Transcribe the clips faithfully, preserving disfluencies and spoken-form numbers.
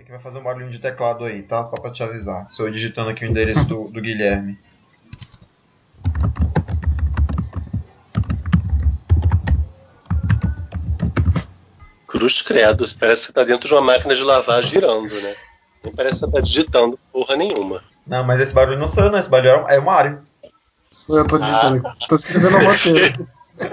que vai fazer um barulhinho de teclado aí, tá? Só pra te avisar. Estou digitando aqui o endereço do, do Guilherme. Cruz credo, parece que você tá dentro de uma máquina de lavar girando, né? Nem parece que você tá digitando porra nenhuma. Não, mas esse barulho não sou eu, não. Esse barulho é o Mário. Sou eu, tô digitando Ah, aqui. Tô escrevendo o roteiro.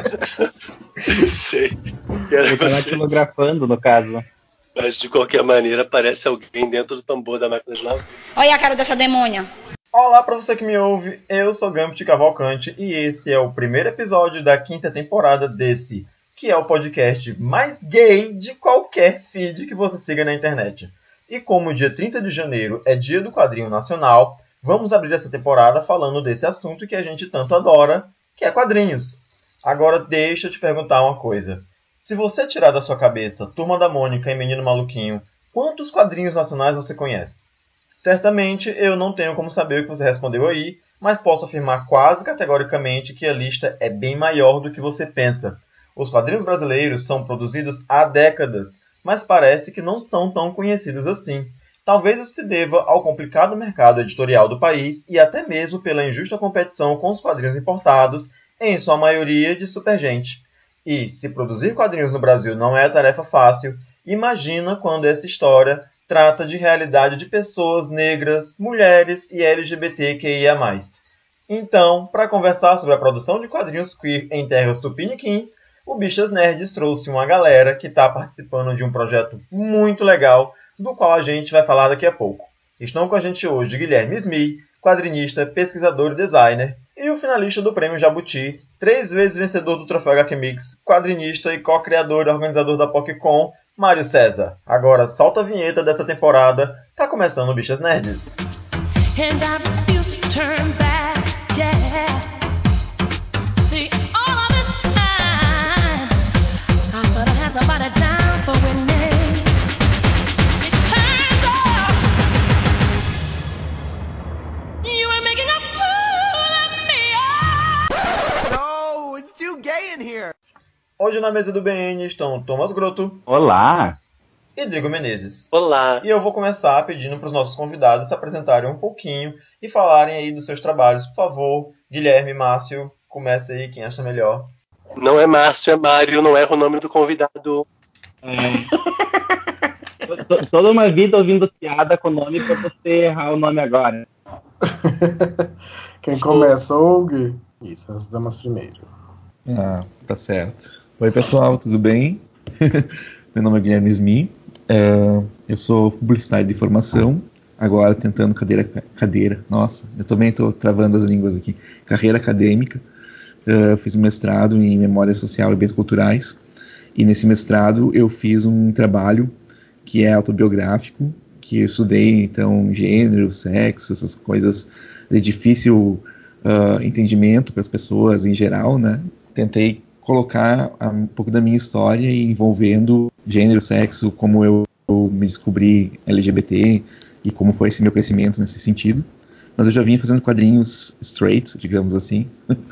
Sei. Quero Ele tá você. datilografando, no caso. Mas de qualquer maneira, parece alguém dentro do tambor da máquina de lavar. Olha a cara dessa demônia. Olá pra você que me ouve, eu sou Gambit Cavalcante e esse é o primeiro episódio da quinta temporada desse, que é o podcast mais gay de qualquer feed que você siga na internet. E como o dia trinta de janeiro é dia do quadrinho nacional, vamos abrir essa temporada falando desse assunto que a gente tanto adora, que é quadrinhos. Agora deixa eu te perguntar uma coisa. Se você tirar da sua cabeça Turma da Mônica e Menino Maluquinho, quantos quadrinhos nacionais você conhece? Certamente eu não tenho como saber o que você respondeu aí, mas posso afirmar quase categoricamente que a lista é bem maior do que você pensa. Os quadrinhos brasileiros são produzidos há décadas, mas parece que não são tão conhecidos assim. Talvez isso se deva ao complicado mercado editorial do país e até mesmo pela injusta competição com os quadrinhos importados, em sua maioria de supergente. E, se produzir quadrinhos no Brasil não é tarefa fácil, imagina quando essa história trata de realidade de pessoas negras, mulheres e L G B T Q I A mais. Então, para conversar sobre a produção de quadrinhos queer em terras tupiniquins, o Bichas Nerds trouxe uma galera que está participando de um projeto muito legal, do qual a gente vai falar daqui a pouco. Estão com a gente hoje Guilherme Smith, quadrinista, pesquisador e designer, e o finalista do Prêmio Jabuti, três vezes vencedor do Troféu H Q Mix, quadrinista e co-criador e organizador da PocCon, Mário César. Agora solta a vinheta dessa temporada, tá começando o Bichas Nerds. Hoje na mesa do B N estão Thomas Grotto. Olá! E Drigo Menezes. Olá! E eu vou começar pedindo para os nossos convidados se apresentarem um pouquinho e falarem aí dos seus trabalhos. Por favor, Guilherme, Márcio, comece aí, quem acha melhor. Não é Márcio, é Mário, não erra o nome do convidado. É... Toda uma vida ouvindo piada com o nome pra você errar o nome agora. Quem começa, o Gui? Isso, as damas primeiro. Ah, tá certo. Oi, pessoal, tudo bem? Meu nome é Guilherme Smith. Uh, eu sou publicitário de formação. Agora tentando cadeira... Cadeira, nossa, eu também estou travando as línguas aqui. Carreira acadêmica. Uh, fiz um mestrado em Memória Social e Bens Culturais. E nesse mestrado eu fiz um trabalho que é autobiográfico, que eu estudei, então, gênero, sexo, essas coisas de difícil uh, entendimento para as pessoas em geral, né? Tentei colocar um pouco da minha história envolvendo gênero, sexo, como eu, eu me descobri L G B T e como foi esse meu crescimento nesse sentido. Mas eu já vinha fazendo quadrinhos straight, digamos assim,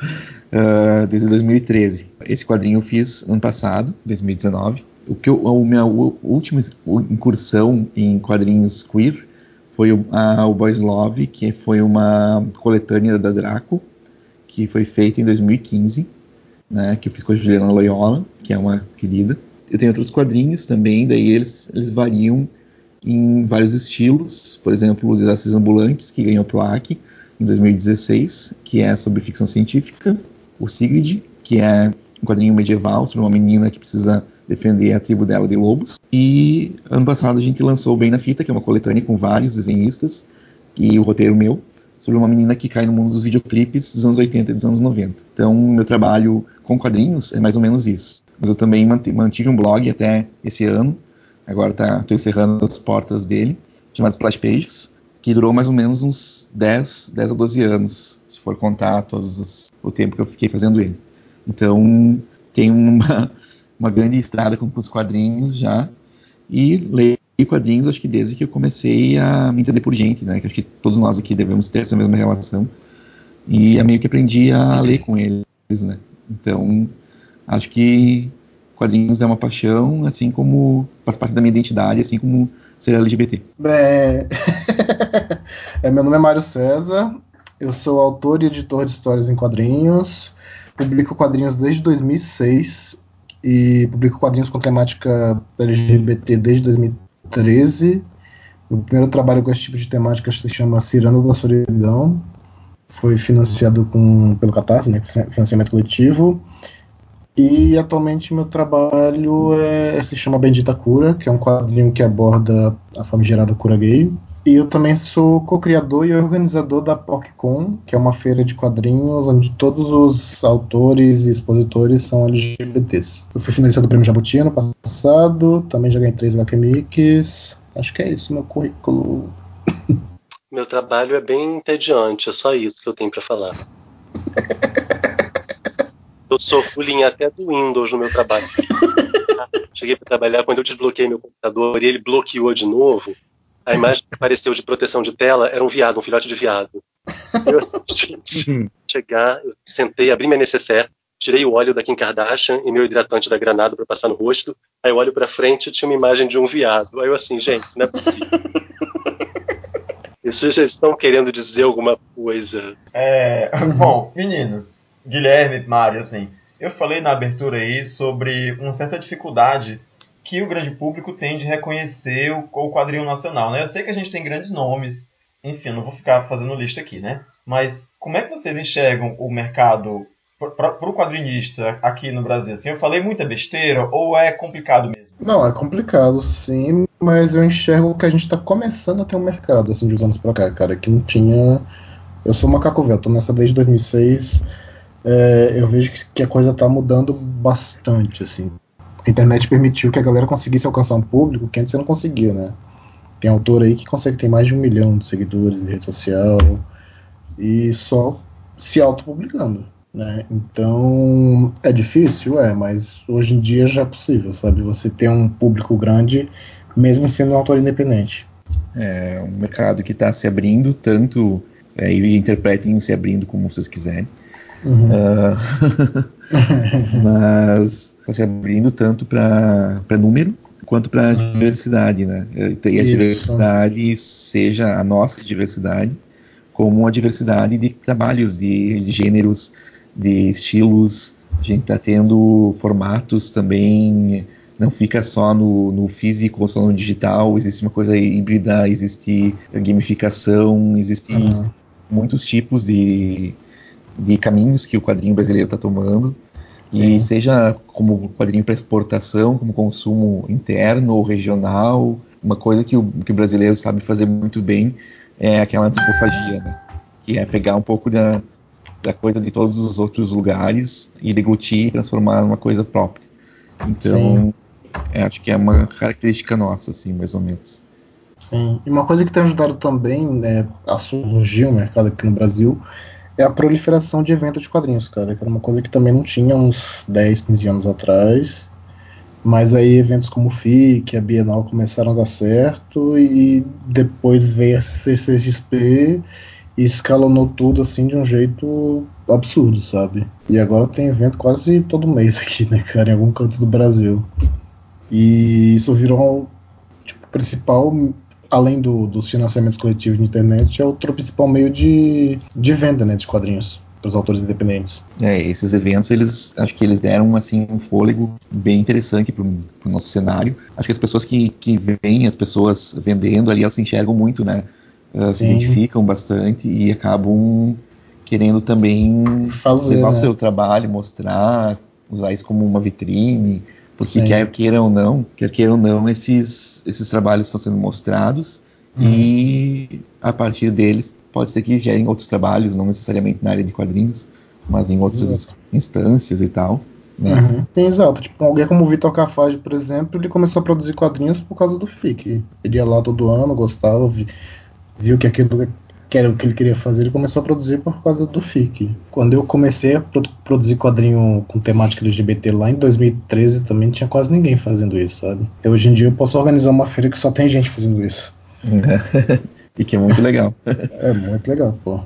uh, desde dois mil e treze. Esse quadrinho eu fiz ano passado, dois mil e dezenove. O que eu, a minha última incursão em quadrinhos queer foi o, a, o Boys Love, que foi uma coletânea da Draco, que foi feita em dois mil e quinze, né, que eu fiz com a Juliana Loyola, que é uma querida. Eu tenho outros quadrinhos também, daí eles, eles variam em vários estilos. Por exemplo, o Desastres Ambulantes, que ganhou plaque em dois mil e dezesseis, que é sobre ficção científica. O Sigrid, que é um quadrinho medieval sobre uma menina que precisa defender a tribo dela de lobos. E ano passado a gente lançou Bem na Fita, que é uma coletânea com vários desenhistas, e o roteiro meu, sobre uma menina que cai no mundo dos videoclipes dos anos oitenta e dos anos noventa. Então, meu trabalho com quadrinhos é mais ou menos isso. Mas eu também mantive um blog até esse ano, agora estou tá, encerrando as portas dele, chamado Splash Pages, que durou mais ou menos uns dez a doze anos, se for contar todos os, o tempo que eu fiquei fazendo ele. Então, tem uma, uma grande estrada com, com os quadrinhos já, e leio quadrinhos, acho que desde que eu comecei a me entender por gente, né, que acho que todos nós aqui devemos ter essa mesma relação, e é meio que aprendi a ler com eles, né, então, acho que quadrinhos é uma paixão, assim como faz parte da minha identidade, assim como ser L G B T. É... é, meu nome é Mário César, eu sou autor e editor de histórias em quadrinhos, publico quadrinhos desde dois mil e seis e publico quadrinhos com temática L G B T desde dois mil e treze. O primeiro trabalho com esse tipo de temática se chama Cirano da Solidão, foi financiado com, pelo Catarse, né, financiamento coletivo. E atualmente meu trabalho é, se chama Bendita Cura, que é um quadrinho que aborda a famigerada cura gay. E eu também sou co-criador e organizador da PocCon, que é uma feira de quadrinhos onde todos os autores e expositores são L G B Ts. Eu fui finalista do Prêmio Jabuti ano passado, também já ganhei três H Q Mix. Acho que é isso, meu currículo. Meu trabalho é bem entediante, é só isso que eu tenho pra falar. Eu sofro linha até do Windows no meu trabalho. Cheguei para trabalhar, quando eu desbloqueei meu computador e ele bloqueou de novo, a imagem que apareceu de proteção de tela era um viado, um filhote de viado. Eu assisti chegar, eu sentei, abri minha necessaire, tirei o óleo da Kim Kardashian e meu hidratante da Granado para passar no rosto, aí eu olho para frente e tinha uma imagem de um viado. Aí eu assim, gente, não é possível. Isso já estão querendo dizer alguma coisa. É, bom, meninos, Guilherme, Mário, assim, eu falei na abertura aí sobre uma certa dificuldade que o grande público tem de reconhecer o, o quadrinho nacional, né? Eu sei que a gente tem grandes nomes, enfim, eu não vou ficar fazendo lista aqui, né? Mas como é que vocês enxergam o mercado para o quadrinista aqui no Brasil? Assim, eu falei muita besteira ou é complicado mesmo? Não, é complicado, sim, mas eu enxergo que a gente tá começando a ter um mercado, assim, de uns anos pra cá, cara, que não tinha... Eu sou macaco velho, tô nessa desde dois mil e seis, é, eu vejo que, que a coisa tá mudando bastante, assim. A internet permitiu que a galera conseguisse alcançar um público que antes você não conseguia, né? Tem autor aí que consegue ter mais de um milhão de seguidores em rede social e só se autopublicando, né? Então é difícil, é, mas hoje em dia já é possível, sabe? Você ter um público grande mesmo sendo um autor independente. É um mercado que está se abrindo, tanto, é, e interpretem se abrindo como vocês quiserem. Uhum. Uh, mas está se abrindo tanto para número quanto para diversidade, né? E a Isso. diversidade seja a nossa diversidade, como a diversidade de trabalhos, de, de gêneros, de estilos. A gente está tendo formatos também, não fica só no, no físico ou só no digital, existe uma coisa híbrida, existe gamificação, existem uhum. muitos tipos de, de caminhos que o quadrinho brasileiro está tomando. Sim. E seja como quadrinho para exportação, como consumo interno ou regional, uma coisa que o, que o brasileiro sabe fazer muito bem é aquela antropofagia, né? Que é pegar um pouco da, da coisa de todos os outros lugares e deglutir e transformar numa coisa própria. Então, é, acho que é uma característica nossa, assim, mais ou menos. Sim. E uma coisa que tem ajudado também, né, a surgir o mercado aqui no Brasil é a proliferação de eventos de quadrinhos, cara, que era uma coisa que também não tinha uns dez, quinze anos atrás, mas aí eventos como o F I C, a Bienal começaram a dar certo e depois veio a C C X P e escalonou tudo assim de um jeito absurdo, sabe? E agora tem evento quase todo mês aqui, né, cara, em algum canto do Brasil. E isso virou tipo, o principal, além do, dos financiamentos coletivos de internet, é outro principal meio de, de venda, né, de quadrinhos para os autores independentes. É, esses eventos, eles, acho que eles deram assim um fôlego bem interessante para o nosso cenário. Acho que as pessoas que, que veem as pessoas vendendo ali, elas se enxergam muito, né? Elas Sim. se identificam bastante e acabam querendo também Fazer, levar né? o seu trabalho, mostrar, usar isso como uma vitrine, porque Sim. quer queira ou não, quer queira ou não, esses, esses trabalhos estão sendo mostrados uhum. e a partir deles pode ser que gerem outros trabalhos, não necessariamente na área de quadrinhos, mas em outras exato. instâncias e tal. Né? Uhum. Sim, exato. Tipo, alguém como o Vitor Cafage, por exemplo, ele começou a produzir quadrinhos por causa do F I C. Ele ia lá todo ano, gostava, vi, viu que aquilo que era o que ele queria fazer, ele começou a produzir por causa do F I C. Quando eu comecei a produ- produzir quadrinho com temática L G B T lá em dois mil e treze, também não tinha quase ninguém fazendo isso, sabe? E hoje em dia eu posso organizar uma feira que só tem gente fazendo isso. E que é muito legal. É muito legal, pô.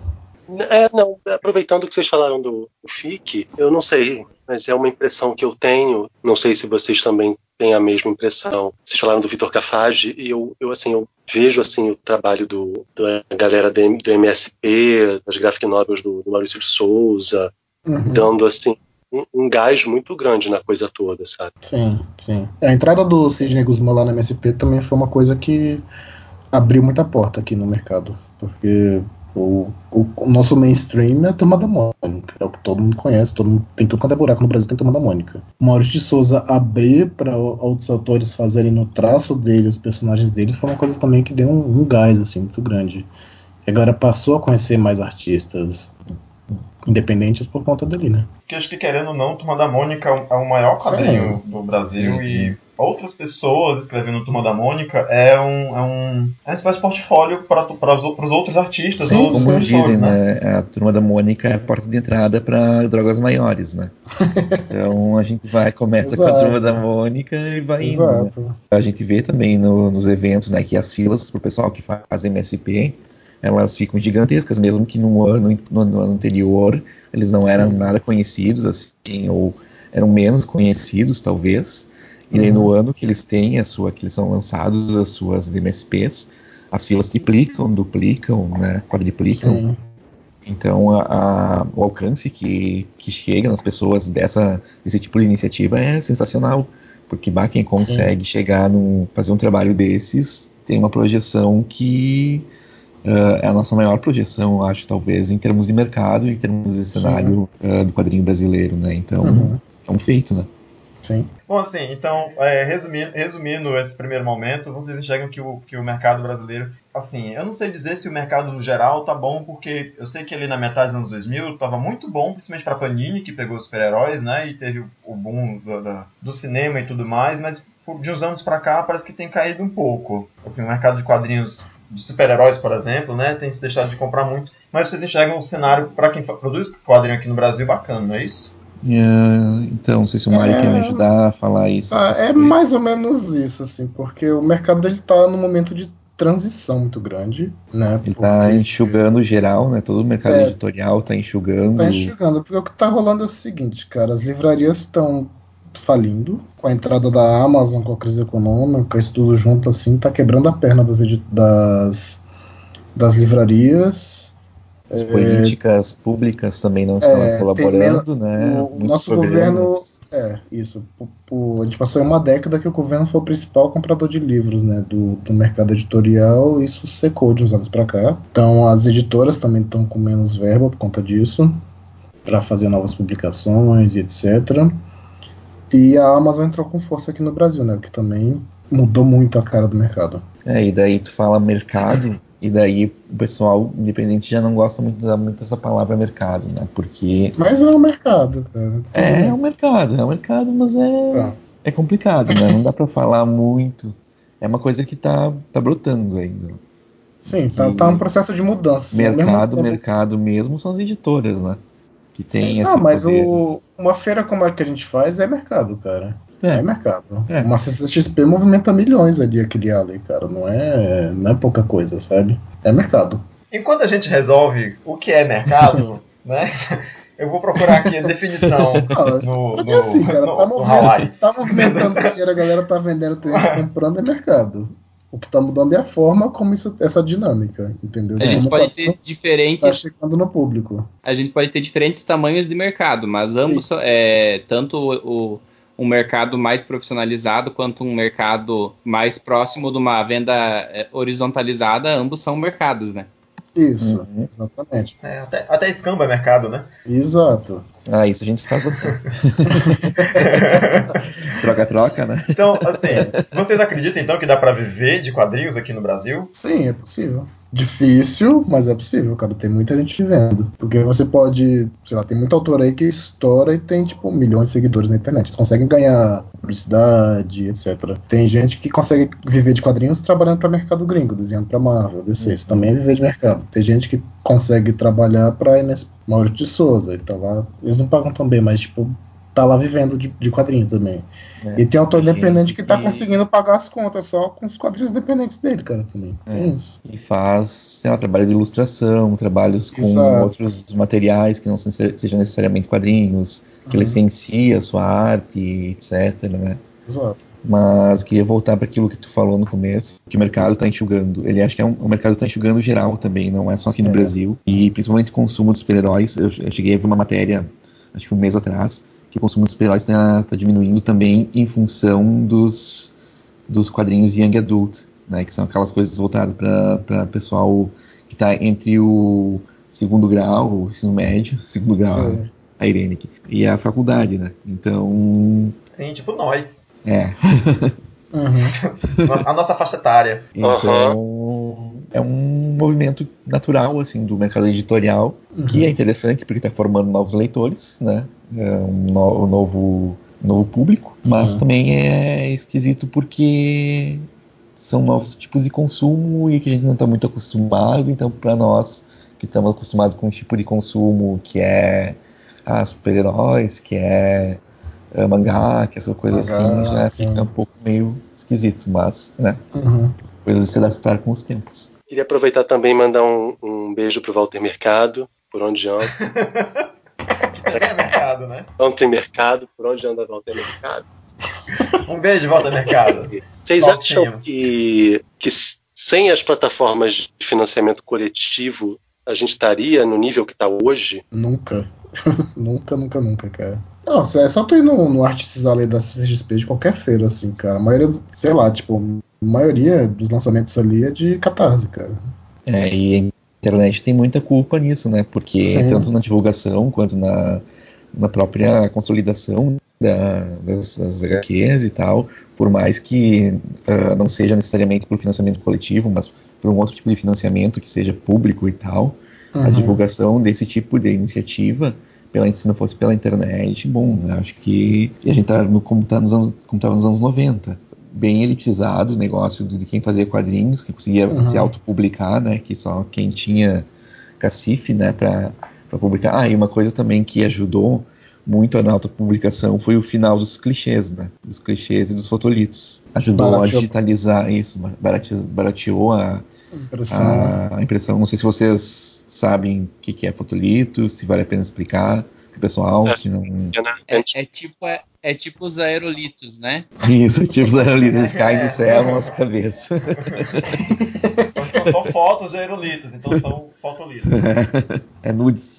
É, não, aproveitando que vocês falaram do, do F I C, eu não sei, mas é uma impressão que eu tenho, não sei se vocês também têm a mesma impressão. Vocês falaram do Vitor Cafage, e eu, eu, assim, eu vejo assim, o trabalho do, da galera do, do M S P, das graphic novels do, do Maurício de Souza, Uhum. dando assim um, um gás muito grande na coisa toda, sabe? Sim, sim. A entrada do Sidney Guzmán lá na M S P também foi uma coisa que abriu muita porta aqui no mercado, porque o, o, o nosso mainstream é a Turma da Mônica, é o que todo mundo conhece, todo mundo, tem tudo quanto é buraco no Brasil, tem Turma da Mônica. O Maurício de Souza abrir para outros autores fazerem no traço dele, os personagens deles, foi uma coisa também que deu um, um gás assim, muito grande. E a galera passou a conhecer mais artistas independentes por conta dele, né? Porque acho que, querendo ou não, Turma da Mônica é o maior quadrinho Sim. do Brasil. Sim. E outras pessoas escrevendo Turma da Mônica é um, é um, é uma espécie de portfólio para os outros artistas. Sim, ou outros como escritores, dizem, né? né? A Turma da Mônica é a porta de entrada para drogas maiores, né? Então a gente vai, começa com a Turma da Mônica e vai indo, né? A gente vê também no, nos eventos, né, que as filas pro pessoal que faz M S P, elas ficam gigantescas, mesmo que no ano, no, no ano anterior eles não eram Sim. nada conhecidos, assim, ou eram menos conhecidos, talvez. E aí, uhum. no ano que eles têm a sua, que eles são lançados as suas M S Ps, as filas triplicam, duplicam, né, quadriplicam. Sim. Então, a, a, o alcance que, que chega nas pessoas dessa, desse tipo de iniciativa é sensacional, porque bah, quem consegue Sim. chegar num, fazer um trabalho desses tem uma projeção que Uh, é a nossa maior projeção, eu acho, talvez, em termos de mercado e em termos de cenário uh, do quadrinho brasileiro, né? Então, uhum. é um feito, né? Sim. Bom, assim, então, é, resumindo, resumindo esse primeiro momento, vocês enxergam que o, que o mercado brasileiro, assim, eu não sei dizer se o mercado no geral tá bom, porque eu sei que ali na metade dos anos dois mil tava muito bom, principalmente pra Panini, que pegou os super-heróis, né, e teve o, o boom do, do, do cinema e tudo mais, mas de uns anos pra cá parece que tem caído um pouco. Assim, o mercado de quadrinhos de super-heróis, por exemplo, né, tem se deixado de comprar muito, mas vocês enxergam um cenário para quem produz quadrinho aqui no Brasil bacana, não é isso? Uh, então, não sei se o Mário é, quer me ajudar a falar isso. Ah, é coisas. Mais ou menos isso, assim, porque o mercado dele tá num momento de transição muito grande, né? Ele porque... tá enxugando geral, né? Todo o mercado é, editorial tá enxugando. Tá enxugando, porque o que tá rolando é o seguinte, cara, as livrarias estão falindo, com a entrada da Amazon, com a crise econômica, isso tudo junto assim, tá quebrando a perna das, das, das livrarias. As políticas é, públicas também não estão é, colaborando, men- né? O, o nosso governo, é, isso. O, o, a gente passou em uma década que o governo foi o principal comprador de livros, né, do, do mercado editorial, e isso secou de uns anos para cá. Então as editoras também estão com menos verba por conta disso, para fazer novas publicações e etcétera. E a Amazon entrou com força aqui no Brasil, né, o que também mudou muito a cara do mercado. É, e daí tu fala mercado. E daí o pessoal independente já não gosta muito de usar muito essa palavra mercado, né? Porque... Mas é o mercado, cara. É, é o mercado, é o mercado, mas é, ah. é complicado, né? Não dá pra falar muito. É uma coisa que tá, tá brotando ainda. Sim, tá, tá um processo de mudança. Mercado, mesmo mercado mesmo são as editoras, né? Que tem Sim, esse não, mas poder. O, uma feira como a que a gente faz é mercado, cara. É, é mercado. É. Uma C C X P movimenta milhões ali a criar ali, cara. Não é, não é pouca coisa, sabe? É mercado. Enquanto a gente resolve o que é mercado, né? Eu vou procurar aqui a definição não, no, no, é assim, cara, no, tá, no movimento, tá movimentando dinheiro, a galera tá vendendo, tem gente comprando, é mercado. O que tá mudando é a forma como isso, essa dinâmica, entendeu? A gente pode ter diferentes. Tá chegando no público. A gente pode ter diferentes tamanhos de mercado, mas ambos, é, tanto o, um mercado mais profissionalizado quanto um mercado mais próximo de uma venda horizontalizada, ambos são mercados, né? Isso, uhum. Exatamente. É, até, até escamba é mercado, né? Exato. Ah, isso a gente faz assim. Troca-troca, né? Então, assim, vocês acreditam então que dá pra viver de quadrinhos aqui no Brasil? Sim, é possível. Difícil, mas é possível, cara. Tem muita gente vendo. Porque você pode, sei lá, tem muito autor aí que estoura e tem, tipo, milhões de seguidores na internet. Eles conseguem ganhar publicidade, etcétera. Tem gente que consegue viver de quadrinhos trabalhando pra mercado gringo, desenhando pra Marvel, D C. Isso também é viver de mercado. Tem gente que consegue trabalhar pra Inês Maurício de Souza. Então lá, eles não pagam tão bem, mas, tipo, tá lá vivendo de, de quadrinho também. É, E tem autor gente independente que tá que- conseguindo pagar as contas só com os quadrinhos independentes dele, cara, também. É. Tem isso. E faz, sei lá, trabalho de ilustração, trabalhos com Exato. outros materiais que não se- sejam necessariamente quadrinhos, que Uhum. licencia a sua arte, etcétera, né? Exato. Mas queria voltar para aquilo que tu falou no começo, que o mercado está enxugando. Ele acha que é um, o mercado está enxugando geral também, não é só aqui no É. Brasil. E principalmente o consumo de super-heróis. Eu, eu cheguei a ver uma matéria, acho que um mês atrás, que o consumo de super-heróis está tá diminuindo também em função dos, dos quadrinhos Young Adult, né, que são aquelas coisas voltadas para pessoal que está entre o segundo grau, o ensino médio, segundo grau, Sim. a Irene aqui, e a faculdade, né? Então, Sim, tipo nós. é. Uhum. A nossa faixa etária. Então, é um movimento natural assim do mercado editorial, que é interessante porque está formando novos leitores, né? É um, no, um novo, novo público, mas Sim. também é esquisito porque são novos tipos de consumo e que a gente não está muito acostumado. Então, para nós que estamos acostumados com um tipo de consumo que é ah, super-heróis, que é uh, mangá, que essas coisas Mangá, assim, já sim. fica um pouco meio esquisito, mas, né? Uhum. Coisas de se adaptar com os tempos. Queria aproveitar também e mandar um, um beijo pro Walter Mercado, por onde anda. Que também é mercado, né? Walter Mercado, por onde anda Walter Mercado. Um beijo, Walter Mercado. Vocês Valtinho. acham que, que sem as plataformas de financiamento coletivo a gente estaria no nível que está hoje? Nunca. nunca, nunca, nunca, cara. Não, é só tu ir no, no Artists ali da C X P de qualquer feira, assim, cara. A maioria, sei lá, tipo, a maioria dos lançamentos ali é de Catarse, cara. É, e a internet tem muita culpa nisso, né? Porque Sim. tanto na divulgação quanto na, na própria consolidação da, das, das H Qs e tal, por mais que uh, não seja necessariamente por financiamento coletivo, mas por um outro tipo de financiamento que seja público e tal, Uhum. a divulgação desse tipo de iniciativa, pela, se não fosse pela internet, bom, eu acho que a gente tá no, como tá nos anos, como tava nos anos noventa, bem elitizado o negócio de quem fazia quadrinhos, que conseguia Uhum. se autopublicar, né, que só quem tinha cacife, né, para publicar. Ah, e uma coisa também que ajudou muito na autopublicação foi o final dos clichês, né, dos clichês e dos fotolitos. Ajudou Barateou. a digitalizar isso, barateou, barateou a, Impressão. a impressão. Não sei se vocês sabem o que, que é fotolito, se vale a pena explicar pro pessoal, se não... É, é tipo, é, é tipo os aerolitos, né? Isso, tipo os aerolitos, eles caem do céu na nossa cabeça. Só que são só fotos de aerolitos, então são fotolitos. É nudes.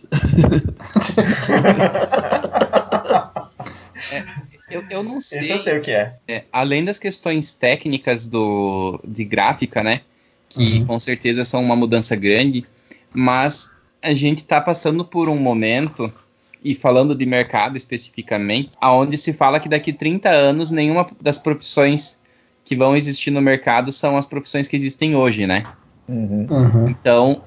É, eu, eu não sei, Esse eu sei o que é. é, além das questões técnicas do, de gráfica, né? Que Uhum. com certeza são uma mudança grande, mas a gente está passando por um momento, e falando de mercado especificamente, onde se fala que daqui a trinta anos nenhuma das profissões que vão existir no mercado são as profissões que existem hoje, né? Uhum. Uhum. Então,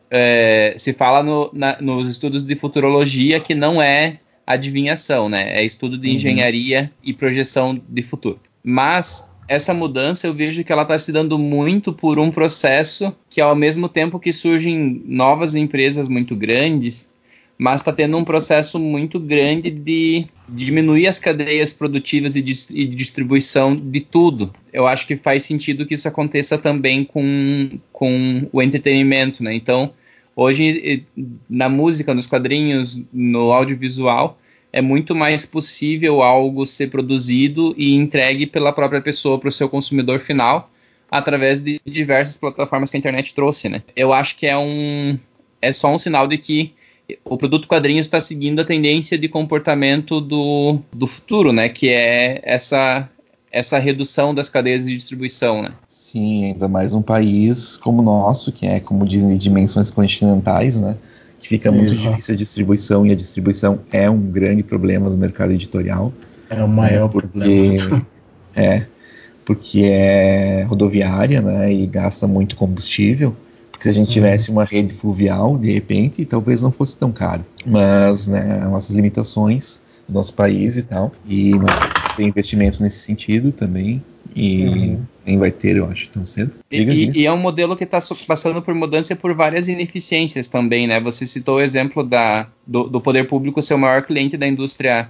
é, se fala no, na, nos estudos de futurologia que não é adivinhação, né? É estudo de Uhum. engenharia e projeção de futuro. Mas essa mudança eu vejo que ela está se dando muito por um processo que, ao mesmo tempo que surgem novas empresas muito grandes, mas está tendo um processo muito grande de diminuir as cadeias produtivas e de, e de distribuição de tudo. Eu acho que faz sentido que isso aconteça também com, com o entretenimento, né? Então, hoje, na música, nos quadrinhos, no audiovisual, é muito mais possível algo ser produzido e entregue pela própria pessoa para o seu consumidor final, através de diversas plataformas que a internet trouxe, né? Eu acho que é um é só um sinal de que o produto quadrinhos está seguindo a tendência de comportamento do, do futuro, né? Que é essa, essa redução das cadeias de distribuição, né? Sim, ainda mais um país como o nosso, que é, como dizem, de dimensões continentais, né? Que fica muito Isso. difícil a distribuição, e a distribuição é um grande problema do mercado editorial. É o maior né, porque, problema. É, porque é rodoviária, né? E gasta muito combustível. Porque se a gente tivesse uma rede fluvial, de repente, talvez não fosse tão caro. Mas, né, nossas limitações do nosso país e tal. E não tem investimentos nesse sentido também. E Uhum. nem vai ter, eu acho, tão cedo. E, Diga, e, diga. e é um modelo que está passando por mudança e por várias ineficiências também, né? Você citou o exemplo da, do, do poder público ser o maior cliente da indústria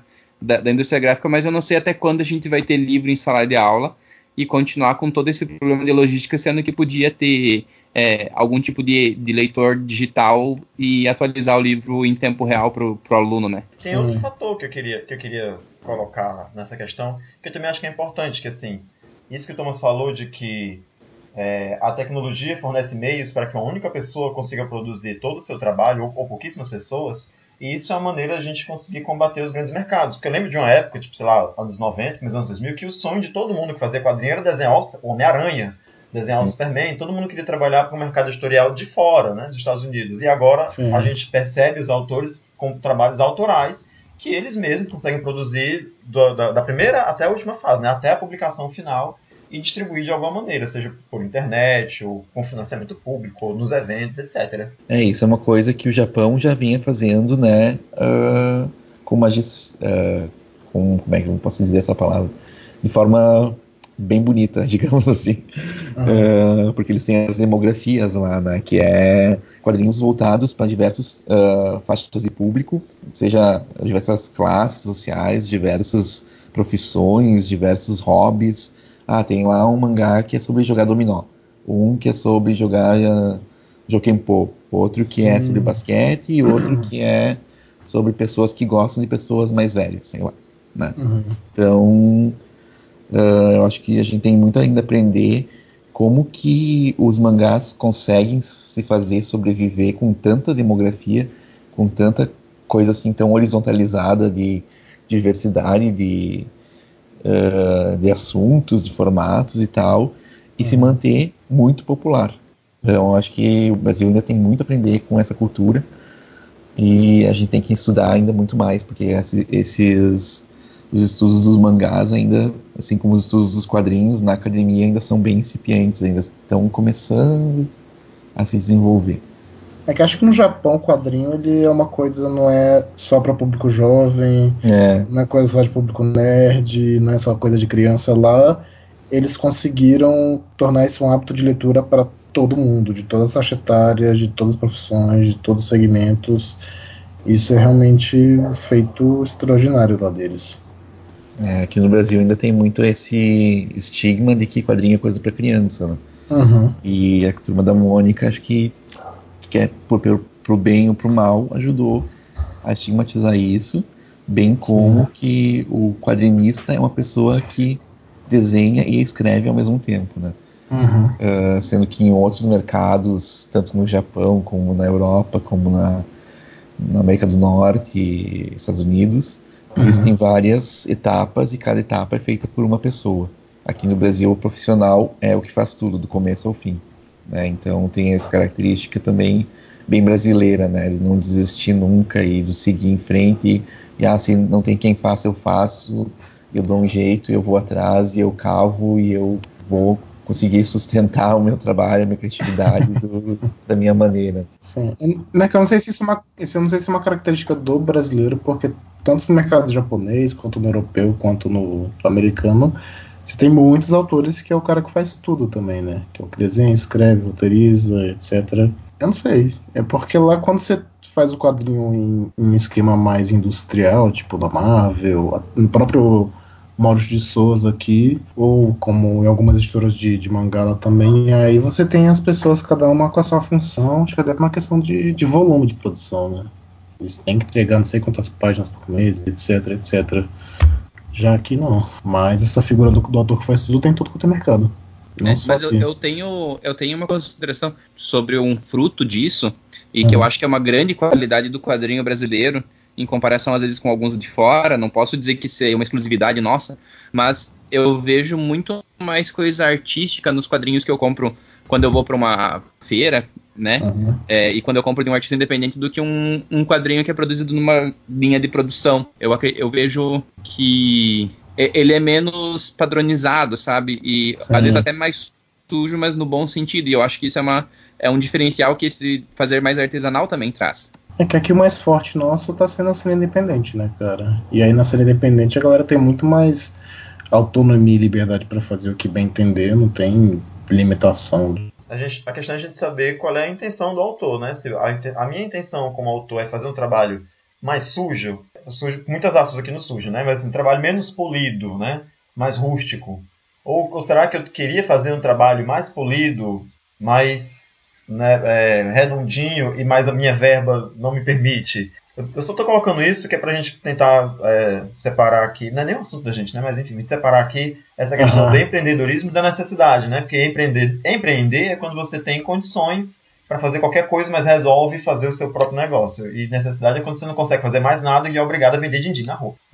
da, da indústria gráfica, mas eu não sei até quando a gente vai ter livro em sala de aula e continuar com todo esse problema de logística, sendo que podia ter é, algum tipo de, de leitor digital e atualizar o livro em tempo real para o aluno, né? Tem outro fator que eu, queria, que eu queria colocar nessa questão, que eu também acho que é importante, que assim, isso que o Thomas falou de que é, a tecnologia fornece meios para que uma única pessoa consiga produzir todo o seu trabalho, ou, ou pouquíssimas pessoas, e isso é uma maneira de a gente conseguir combater os grandes mercados. Porque eu lembro de uma época, tipo, sei lá, anos noventa, nos anos dois mil, que o sonho de todo mundo que fazia quadrinho era desenhar o Homem-Aranha, desenhar o Superman, todo mundo queria trabalhar para o mercado editorial de fora, né, dos Estados Unidos. E agora Sim. a gente percebe os autores com trabalhos autorais que eles mesmos conseguem produzir do, da, da primeira até a última fase, né, até a publicação final, e distribuir de alguma maneira, seja por internet, ou com financiamento público, ou nos eventos, etcétera. É, isso é uma coisa que o Japão já vinha fazendo, né, uh, com magis, uh, com, como é que eu posso dizer essa palavra? De forma bem bonita, digamos assim. Uhum. Uh, porque eles têm as demografias lá, né, que é quadrinhos voltados para diversos uh, faixas de público, seja diversas classes sociais, diversas profissões, diversos hobbies. Ah, tem lá um mangá que é sobre jogar dominó, um que é sobre jogar uh, Jokenpô, outro que Sim. é sobre basquete e outro que é sobre pessoas que gostam de pessoas mais velhas, sei lá, né? Uhum. Então, uh, eu acho que a gente tem muito ainda a aprender como que os mangás conseguem se fazer sobreviver com tanta demografia, com tanta coisa assim tão horizontalizada de diversidade, de Uh, de assuntos, de formatos e tal, e uhum. se manter muito popular. Então, acho que o Brasil ainda tem muito a aprender com essa cultura e a gente tem que estudar ainda muito mais, porque esses os estudos dos mangás ainda, assim como os estudos dos quadrinhos na academia, ainda são bem incipientes, ainda estão começando a se desenvolver. É que acho que no Japão o quadrinho ele é uma coisa, não é só para público jovem, é. não é coisa só de público nerd, não é só coisa de criança. Lá eles conseguiram tornar isso um hábito de leitura para todo mundo, de todas as faixas etárias, de todas as profissões, de todos os segmentos. Isso é realmente um feito extraordinário lá deles. É, aqui no Brasil ainda tem muito esse estigma de que quadrinho é coisa para criança, né? Uhum. E a Turma da Mônica, acho que que é pro, pro bem ou pro mal, ajudou a estigmatizar isso, bem como Sim. que o quadrinista é uma pessoa que desenha e escreve ao mesmo tempo, né? Uhum. Uh, sendo que em outros mercados, tanto no Japão, como na Europa, como na, na América do Norte e Estados Unidos, uhum. existem várias etapas e cada etapa é feita por uma pessoa. Aqui no Brasil, o profissional é o que faz tudo, do começo ao fim. Né? Então tem essa característica também bem brasileira, né? De não desistir nunca e de seguir em frente e, e ah, se não tem quem faça, eu faço, eu dou um jeito, eu vou atrás e eu cavo e eu vou conseguir sustentar o meu trabalho, a minha criatividade do, da minha maneira. Sim. Eu não sei se isso é uma, eu não sei se é uma característica do brasileiro, porque tanto no mercado japonês, quanto no europeu, quanto no americano, você tem muitos autores que é o cara que faz tudo também, né? Que é o que desenha, escreve, roteiriza, etcétera. Eu não sei. É porque lá quando você faz o quadrinho em, em esquema mais industrial, tipo da Marvel, no próprio Maurício de Souza aqui, ou como em algumas editoras de, de mangá lá também, aí você tem as pessoas, cada uma com a sua função, acho que até por uma questão de, de volume de produção, né? Eles têm que entregar não sei quantas páginas por mês, etc, etcétera. Já aqui não. Mas essa figura do, do autor que faz tudo tem tudo quanto é mercado. É, mas eu, eu, tenho, eu tenho uma consideração sobre um fruto disso, e uhum. que eu acho que é uma grande qualidade do quadrinho brasileiro, em comparação às vezes com alguns de fora. Não posso dizer que isso é uma exclusividade nossa, mas eu vejo muito mais coisa artística nos quadrinhos que eu compro quando eu vou para uma feira, né? Uhum. É, e quando eu compro de um artista independente, do que um, um quadrinho que é produzido numa linha de produção. Eu, eu vejo que ele é menos padronizado, sabe? E Sim. às vezes até mais sujo, mas no bom sentido. E eu acho que isso é, uma, é um diferencial que esse fazer mais artesanal também traz. É que aqui o mais forte nosso tá sendo a cena independente, né, cara? E aí na cena independente a galera tem muito mais autonomia e liberdade para fazer o que bem entender, não tem limitação. A, gente, a questão é a gente saber qual é a intenção do autor, né? Se a, a minha intenção como autor é fazer um trabalho mais sujo, sujo, muitas aspas aqui no sujo, né? Mas um trabalho menos polido, né? Mais rústico. Ou, ou será que eu queria fazer um trabalho mais polido, mais né, é, redondinho e mais a minha verba não me permite? Eu, eu só estou colocando isso que é pra gente tentar é, separar aqui, não é nem o assunto da gente, né? Mas enfim, a gente separar aqui essa questão uhum. do empreendedorismo e da necessidade, né? Porque empreender, empreender é quando você tem condições para fazer qualquer coisa, mas resolve fazer o seu próprio negócio. E necessidade é quando você não consegue fazer mais nada e é obrigado a vender din-din na rua.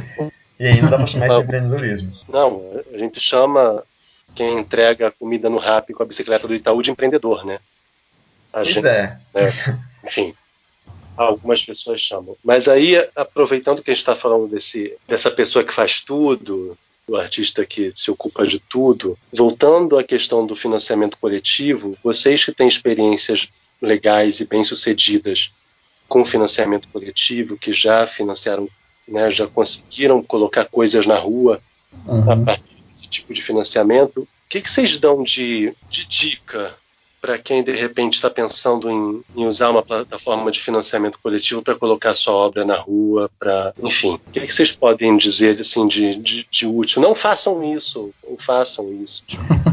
E aí não dá para chamar isso de empreendedorismo. Não, a gente chama quem entrega comida no Rappi com a bicicleta do Itaú de empreendedor, né? A pois gente, é. Né? Enfim, algumas pessoas chamam. Mas aí, aproveitando que a gente está falando desse, dessa pessoa que faz tudo, do artista que se ocupa de tudo, voltando à questão do financiamento coletivo, vocês que têm experiências legais e bem-sucedidas com financiamento coletivo, que já financiaram, né, já conseguiram colocar coisas na rua uhum. a partir desse tipo de financiamento, o que, que vocês dão de, de dica para quem de repente está pensando em, em usar uma plataforma de financiamento coletivo para colocar sua obra na rua, para, enfim, o que, que vocês podem dizer assim de, de, de útil? Não façam isso, ou façam isso.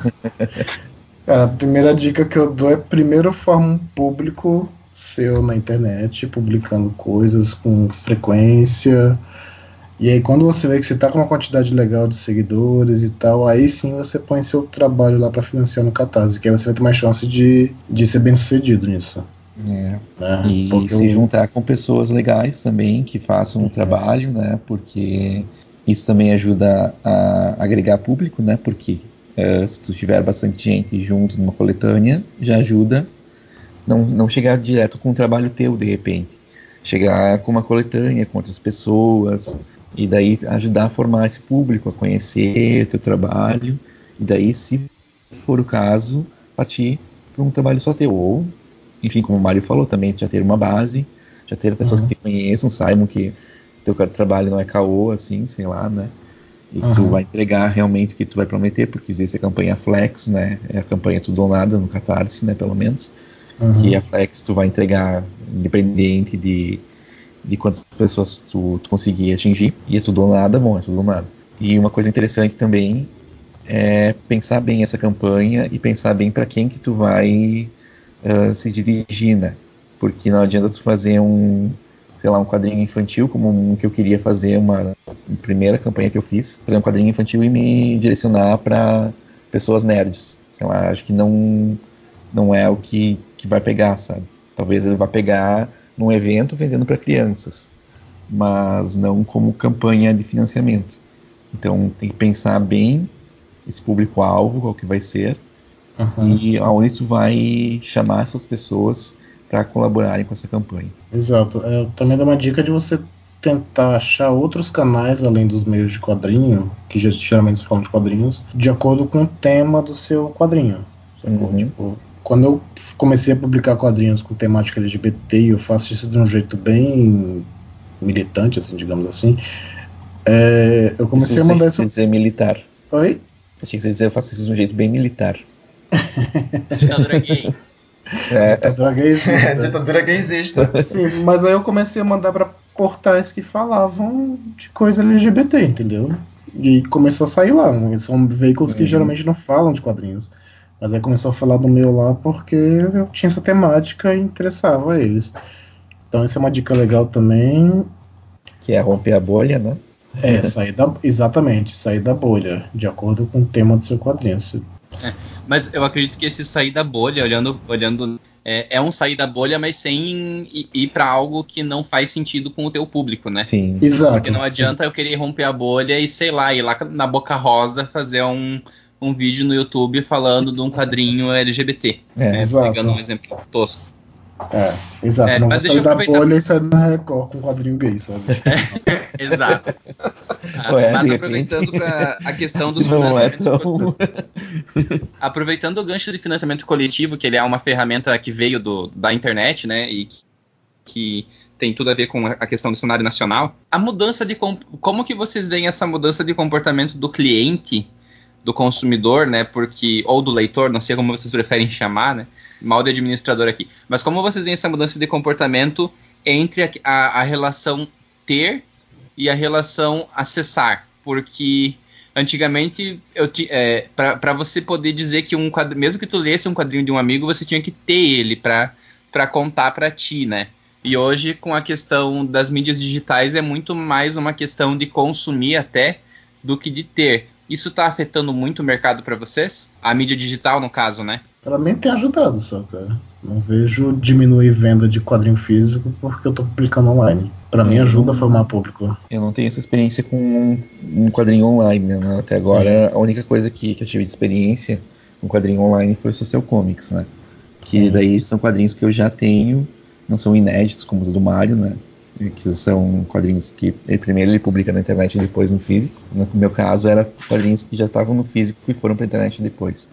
Cara, a primeira dica que eu dou é primeiro forma um público seu na internet, publicando coisas com frequência. E aí quando você vê que você tá com uma quantidade legal de seguidores e tal, aí sim você põe seu trabalho lá para financiar no Catarse, que aí você vai ter mais chance de, de ser bem sucedido nisso. É. Né? E porque se eu... juntar com pessoas legais também, que façam o trabalho, né? Porque isso também ajuda a agregar público, né? Porque uh, se tu tiver bastante gente junto numa coletânea, já ajuda não, não chegar direto com um trabalho teu, de repente. Chegar com uma coletânea, com outras pessoas, e daí ajudar a formar esse público, a conhecer teu trabalho, e daí, se for o caso, partir para um trabalho só teu. Ou, enfim, como o Mário falou também, já ter uma base, já ter pessoas uhum. que te conheçam, saibam que teu trabalho não é caô, assim, sei lá, né? E que uhum. tu vai entregar realmente o que tu vai prometer, porque existe a campanha Flex, né? É a campanha Tudo ou Nada no Catarse, né? Pelo menos. Uhum. Que a Flex tu vai entregar independente de, de quantas pessoas tu, tu conseguir atingir. E é tudo ou nada, bom, é tudo ou nada. E uma coisa interessante também é pensar bem essa campanha e pensar bem para quem que tu vai uh, se dirigir, né? Porque não adianta tu fazer um, sei lá, um quadrinho infantil, como um que eu queria fazer, uma, uma primeira campanha que eu fiz, fazer um quadrinho infantil e me direcionar para pessoas nerds. Sei lá, acho que não, não é o que, que vai pegar, sabe? Talvez ele vá pegar num evento vendendo para crianças, mas não como campanha de financiamento. Então tem que pensar bem esse público-alvo, qual que vai ser, uhum. e aonde tu vai chamar essas pessoas para colaborarem com essa campanha. Exato. Eu também dou uma dica de você tentar achar outros canais além dos meios de quadrinho, que geralmente falam de quadrinhos, de acordo com o tema do seu quadrinho. Uhum. Tipo, quando eu comecei a publicar quadrinhos com temática L G B T, e eu faço isso de um jeito bem militante, assim, digamos assim, é, eu comecei isso a mandar isso. dizer militar. Oi? Achei que você ia dizer eu faço isso de um jeito bem militar. Ditadura gay. É. Ditadura gaysista. Ditadura gaysista. Sim, mas aí eu comecei a mandar pra portais que falavam de coisa L G B T, entendeu? E começou a sair lá, né? São veículos que uhum. geralmente não falam de quadrinhos. Mas aí começou a falar do meu lá porque eu tinha essa temática e interessava a eles. Então essa é uma dica legal também. Que é romper a bolha, né? É, sair da, exatamente, sair da bolha, de acordo com o tema do seu quadrinho. É, mas eu acredito que esse sair da bolha, olhando, olhando é, é um sair da bolha, mas sem ir, ir para algo que não faz sentido com o teu público, né? Sim. Exato. Porque não adianta sim. eu querer romper a bolha e, sei lá, ir lá na Boca Rosa fazer um, um vídeo no YouTube falando de um quadrinho L G B T. É, né? exato. Pegando um exemplo tosco. É, exato. É, não mas vou sair da aproveitar... bolha e sair na Record com um quadrinho gay, sabe? É, exato. Ah, Ué, mas aproveitando para a questão dos não financiamentos é tão... aproveitando o gancho de financiamento coletivo, que ele é uma ferramenta que veio do, da internet, né, e que, que tem tudo a ver com a questão do cenário nacional, a mudança de como que vocês veem essa mudança de comportamento do cliente, do consumidor, né, porque ou do leitor, não sei como vocês preferem chamar, né, mal de administrador aqui, mas como vocês veem essa mudança de comportamento entre a, a, a relação ter e a relação acessar, porque antigamente eu é, para você poder dizer que um quadrinho, mesmo que tu lesse um quadrinho de um amigo, você tinha que ter ele para para contar para ti, né? E hoje, com a questão das mídias digitais, é muito mais uma questão de consumir até do que de ter. Isso está afetando muito o mercado para vocês? A mídia digital, no caso, né? Pra mim tem ajudado só, cara. Não vejo diminuir venda de quadrinho físico porque eu tô publicando online. Pra mim ajuda a formar público. Eu não tenho essa experiência com um, um quadrinho online, né? Até agora, Sim. a única coisa que, que eu tive de experiência com quadrinho online foi o Social Comics, né? Que hum. daí são quadrinhos que eu já tenho, não são inéditos como os do Mario, né? Que são quadrinhos que ele, primeiro ele publica na internet e depois no físico. No meu caso, era quadrinhos que já estavam no físico e foram pra internet depois.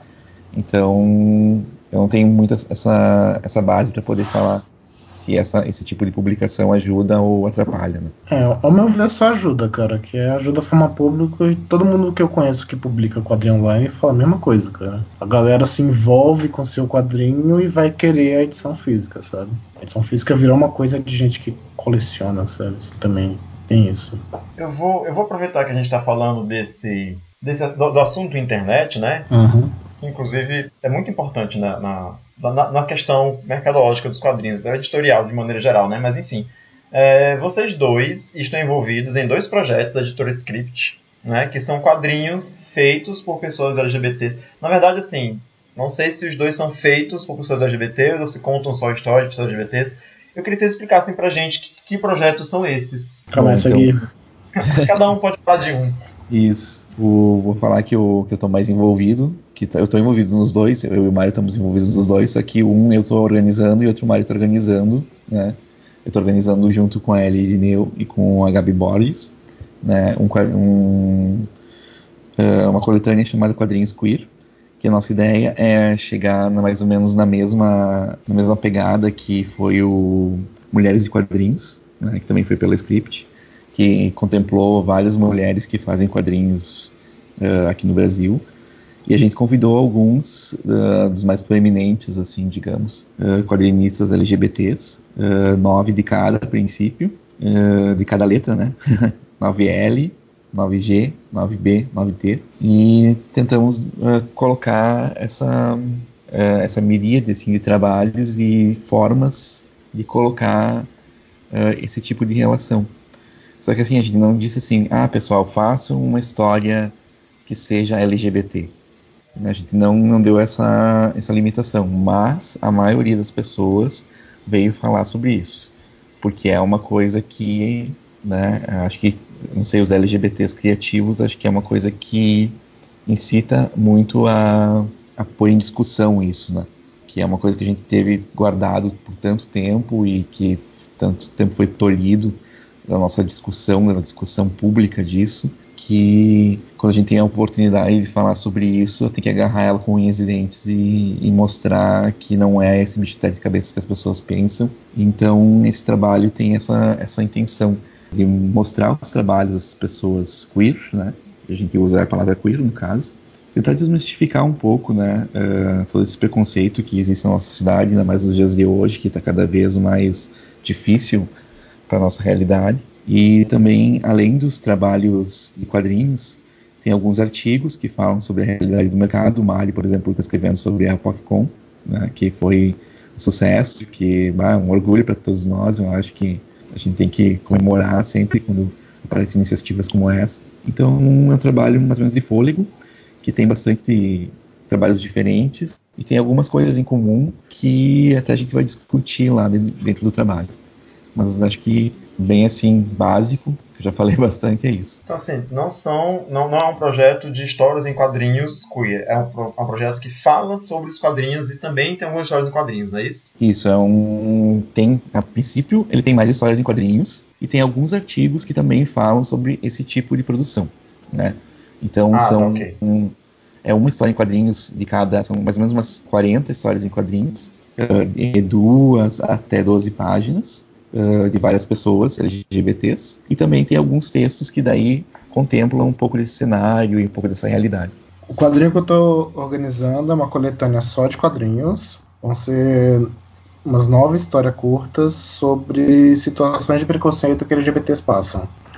Então, eu não tenho muito essa, essa base para poder falar se essa, esse tipo de publicação ajuda ou atrapalha, né? É, ao meu ver só ajuda, cara, que é ajuda a formar público, e todo mundo que eu conheço que publica quadrinho online fala a mesma coisa, cara. A galera se envolve com o seu quadrinho e vai querer a edição física, sabe? A edição física virou uma coisa de gente que coleciona, sabe? Isso também tem isso. Eu vou, eu vou aproveitar que a gente tá falando desse, desse do, do assunto internet, né? Uhum. Inclusive, é muito importante na, na, na, na questão mercadológica dos quadrinhos, da editorial de maneira geral, né? Mas enfim, é, vocês dois estão envolvidos em dois projetos da editora Script, né? Que são quadrinhos feitos por pessoas L G B T. Na verdade, assim, não sei se os dois são feitos por pessoas L G B T ou se contam só histórias de pessoas L G B Ts. Eu queria que vocês explicassem pra gente que, que projetos são esses. Começa Bom, então... aqui. Cada um pode falar de um. Isso. O, vou falar que eu, que eu tô mais envolvido, que tá, eu tô envolvido nos dois, eu e o Mário estamos envolvidos nos dois, só que um eu tô organizando e outro o Mário tá organizando, né? Eu tô organizando junto com a Ellie Irineu e com a Gabi Borges, né? Um, um, uh, uma coletânea chamada Quadrinhos Queer, que a nossa ideia é chegar na, mais ou menos na mesma, na mesma pegada que foi o Mulheres de Quadrinhos, né? Que também foi pela Script, que contemplou várias mulheres que fazem quadrinhos uh, aqui no Brasil, e a gente convidou alguns uh, dos mais proeminentes, assim, digamos, uh, quadrinistas L G B Ts, uh, nove de cada a princípio, uh, de cada letra, né? nove L, nove G, nove B, nove T, e tentamos uh, colocar essa, uh, essa miríade assim, de trabalhos e formas de colocar uh, esse tipo de relação. Só que assim, a gente não disse assim, ah, pessoal, façam uma história que seja L G B T. A gente não, não deu essa, essa limitação, mas a maioria das pessoas veio falar sobre isso. Porque é uma coisa que, né, acho que, não sei, os L G B Ts criativos, acho que é uma coisa que incita muito a, a pôr em discussão isso, né? Que é uma coisa que a gente teve guardado por tanto tempo e que tanto tempo foi tolhido da nossa discussão, da discussão pública disso, que quando a gente tem a oportunidade de falar sobre isso, tem que agarrar ela com unhas e dentes e, e mostrar que não é esse bicho de sete cabeças que as pessoas pensam. Então, esse trabalho tem essa, essa intenção de mostrar os trabalhos das pessoas queer, né? A gente usa a palavra queer, no caso. Tentar desmistificar um pouco, né, uh, todo esse preconceito que existe na nossa cidade, ainda mais nos dias de hoje, que está cada vez mais difícil para a nossa realidade. E também, além dos trabalhos de quadrinhos, tem alguns artigos que falam sobre a realidade do mercado. O Mário, por exemplo, está escrevendo sobre a PocCon, né, que foi um sucesso, que é um orgulho para todos nós. Eu acho que a gente tem que comemorar sempre quando aparecem iniciativas como essa. Então, é um trabalho mais ou menos de fôlego, que tem bastante trabalhos diferentes e tem algumas coisas em comum que até a gente vai discutir lá dentro do trabalho. Mas acho que bem assim, básico, que eu já falei bastante, é isso. Então assim, não, são, não, não é um projeto de histórias em quadrinhos queer, é um, é um projeto que fala sobre os quadrinhos e também tem algumas histórias em quadrinhos, não é isso? Isso, é um... tem, a princípio, ele tem mais histórias em quadrinhos e tem alguns artigos que também falam sobre esse tipo de produção, né? Então ah, são... Tá, okay. um, é uma história em quadrinhos de cada... São mais ou menos umas quarenta histórias em quadrinhos, de duas até doze páginas, Uh, de várias pessoas L G B Ts, e também tem alguns textos que daí contemplam um pouco desse cenário e um pouco dessa realidade. O quadrinho que eu estou organizando é uma coletânea só de quadrinhos. Vão ser umas nove histórias curtas sobre situações de preconceito que L G B Ts passam.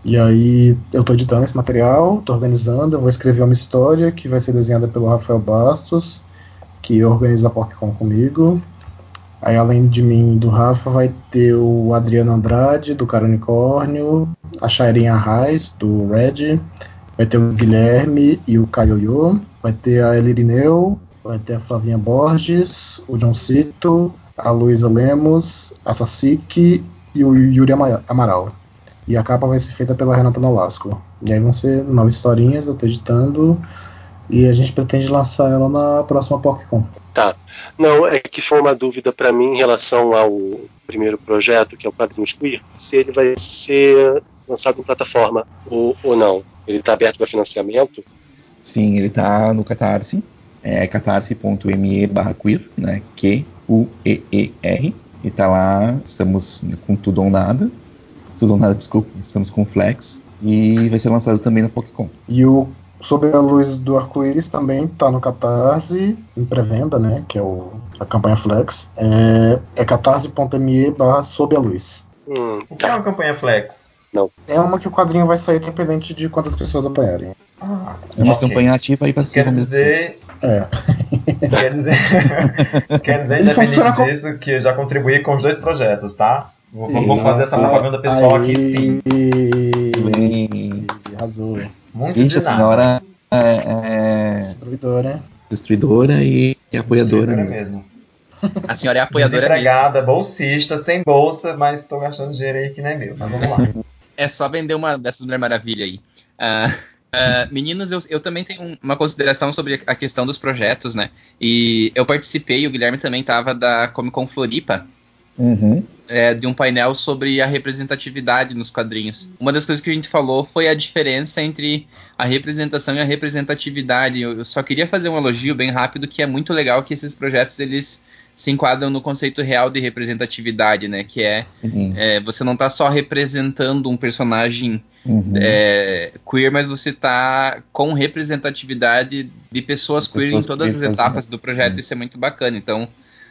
E aí eu tô editando esse material, tô organizando, eu vou escrever uma história que vai ser desenhada pelo Rafael Bastos, que organiza a PocCon comigo. Aí além de mim e do Rafa vai ter o Adriano Andrade, do Cara Unicórnio, a Shairinha Arraes, do Red, vai ter o Guilherme e o Caioiô, vai ter a Elirineu, vai ter a Flavinha Borges, o John Cito, a Luísa Lemos, a Sassique e o Yuri Amaral. E a capa vai ser feita pela Renata Nolasco. E aí vão ser nove historinhas, eu tô editando, e a gente pretende lançar ela na próxima PocCon. Tá. Não, é que foi uma dúvida para mim em relação ao primeiro projeto, que é o Quadrinhos Queer, se ele vai ser lançado em plataforma ou, ou não. Ele está aberto para financiamento? Sim, ele está no Catarse, é catarse.me barra queer, né, Q U E E R, e tá lá, estamos com tudo ou nada, tudo ou nada, desculpa, estamos com Flex, e vai ser lançado também na PocCon. E o Sob a Luz do Arco-Íris também tá no Catarse, em pré-venda, né, que é o, a campanha Flex, é, é catarse.me barra Sob a Luz. Hum, O que é uma campanha Flex? Não. É uma que o quadrinho vai sair independente de quantas pessoas apoiarem. Ah, Uma ok. campanha ativa aí para Quer dizer, É. quer dizer, quer dizer, Ele independente funciona com- disso, que eu já contribuí com os dois projetos, tá? V- E- Vamos fazer essa propaganda pessoal Aí, aqui, sim. Bem, Arrasou. Muito gente, de a nada. senhora é, é Destruidora. destruidora e apoiadora Distribuidora mesmo. mesmo. A senhora é apoiadora mesmo. Desempregada, bolsista, sem bolsa, mas estou gastando dinheiro aí que não é meu. Mas vamos lá. É só vender uma dessas Mulher Maravilha aí. Ah, ah, meninos, eu, eu também tenho uma consideração sobre a questão dos projetos, né? E eu participei, o Guilherme também estava da Comic Con Floripa, Uhum. é, de um painel sobre a representatividade nos quadrinhos. Uma das coisas que a gente falou foi a diferença entre a representação e a representatividade. Eu, eu só queria fazer um elogio bem rápido, que é muito legal que esses projetos eles se enquadram no conceito real de representatividade, né? Que é, Sim. é você não está só representando um personagem Uhum. é, queer, mas você está com representatividade de pessoas, De queer pessoas em todas queer as etapas fazendo- do projeto. sim. Isso é muito bacana. Então,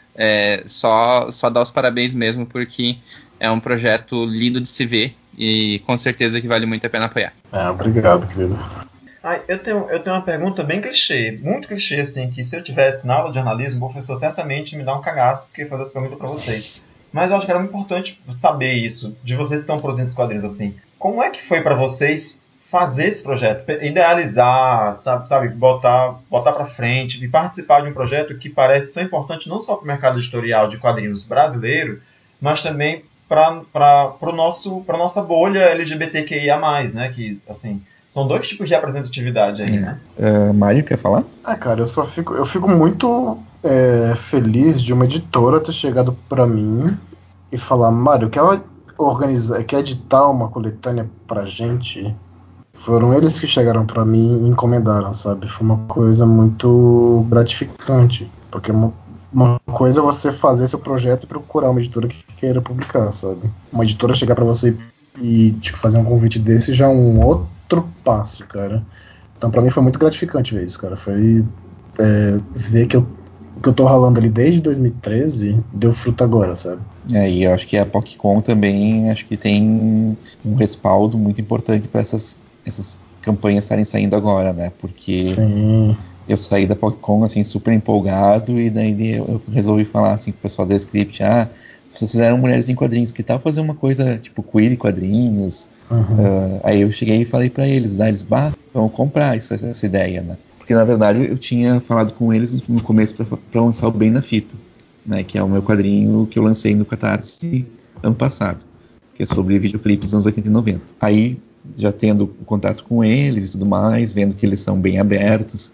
é, só, só dar os parabéns mesmo, porque é um projeto lindo de se ver e com certeza que vale muito a pena apoiar. Ah, obrigado, querido. Ah, eu, tenho, eu tenho uma pergunta bem clichê, muito clichê, assim, que se eu tivesse na aula de jornalismo, o professor certamente me dá um cagaço porque fazer essa pergunta pra vocês. Mas eu acho que era muito importante saber isso, de vocês que estão produzindo esses quadrinhos assim. Como é que foi pra vocês fazer esse projeto? Idealizar, sabe, sabe botar, botar pra frente e participar de um projeto que parece tão importante não só pro mercado editorial de quadrinhos brasileiro, mas também pra, pra, pro nosso, pra nossa bolha L G B T Q I A mais, né? Que, assim... São dois tipos de representatividade aí, né? Uh, Mário, quer falar? Ah, cara, eu só fico, eu fico muito é, feliz de uma editora ter chegado pra mim e falar, Mário, quer organizar, quer editar uma coletânea pra gente? Foram eles que chegaram pra mim e encomendaram, sabe? Foi uma coisa muito gratificante, porque uma, uma coisa é você fazer seu projeto e procurar uma editora que queira publicar, sabe? Uma editora chegar pra você e tipo, fazer um convite desse já é um outro passo, cara. Então pra mim foi muito gratificante ver isso, cara. Foi é, ver que eu, que eu tô ralando ali desde dois mil e treze deu fruto agora, sabe? É, e eu acho que a PocCon também acho que tem um respaldo muito importante para essas, essas campanhas estarem saindo agora, né? Porque Sim. eu saí da PocCon assim super empolgado e daí eu resolvi falar assim pro pessoal da Script, ah, vocês fizeram Mulheres em Quadrinhos, que tal fazer uma coisa tipo queer e quadrinhos? Uhum. Uh, aí eu cheguei e falei pra eles, né, eles, bah, vamos comprar essa, essa ideia, né? Porque na verdade eu tinha falado com eles no começo pra, pra lançar o Bem na Fita, né? Que é o meu quadrinho que eu lancei no Catarse ano passado, que é sobre videoclipes dos anos oitenta e noventa. Aí, já tendo contato com eles e tudo mais, vendo que eles são bem abertos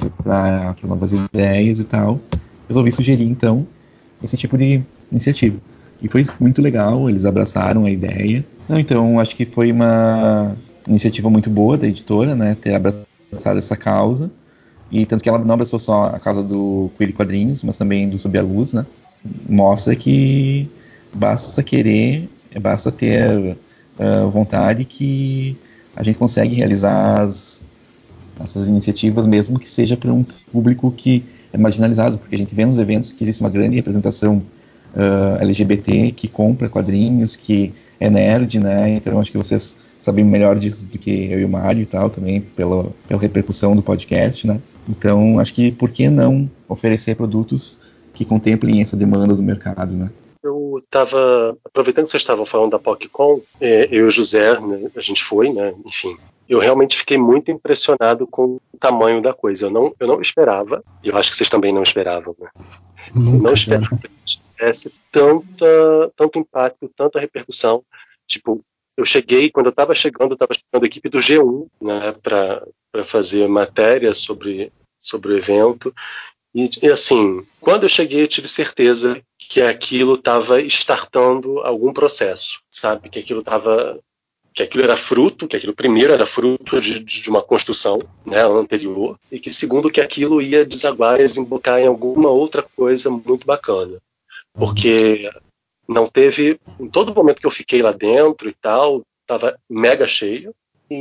pra, pra novas ideias e tal, resolvi sugerir então esse tipo de iniciativa. E foi muito legal, eles abraçaram a ideia. Não, então, acho que foi uma iniciativa muito boa da editora, né, ter abraçado essa causa. E tanto que ela não abraçou só a causa do Queer e Quadrinhos, mas também do Sob a Luz, né. Mostra que basta querer, basta ter uh, vontade que a gente consegue realizar as, essas iniciativas, mesmo que seja para um público que é marginalizado, porque a gente vê nos eventos que existe uma grande representação uh, L G B T que compra quadrinhos, que é nerd, né? Então acho que vocês sabem melhor disso do que eu e o Mário e tal, também pela, pela repercussão do podcast, né? Então acho que por que não oferecer produtos que contemplem essa demanda do mercado, né? Eu estava, aproveitando que vocês estavam falando da PocCon, é, eu e o José, né, a gente foi, né, enfim, eu realmente fiquei muito impressionado com o tamanho da coisa. Eu não, eu não esperava, e eu acho que vocês também não esperavam, né? Nunca, eu não esperava cara. que tivesse tanta, tanto impacto, tanta repercussão. Tipo, eu cheguei, quando eu estava chegando, eu estava chegando a equipe do G um, né, para fazer matéria sobre, sobre o evento. E, e assim, quando eu cheguei, eu tive certeza que aquilo estava startando algum processo, sabe? Que aquilo estava, que aquilo era fruto, que aquilo primeiro era fruto de, de uma construção, né, anterior, e que segundo que aquilo ia desaguar e desembocar em alguma outra coisa muito bacana. Porque não teve, em todo momento que eu fiquei lá dentro e tal, estava mega cheio,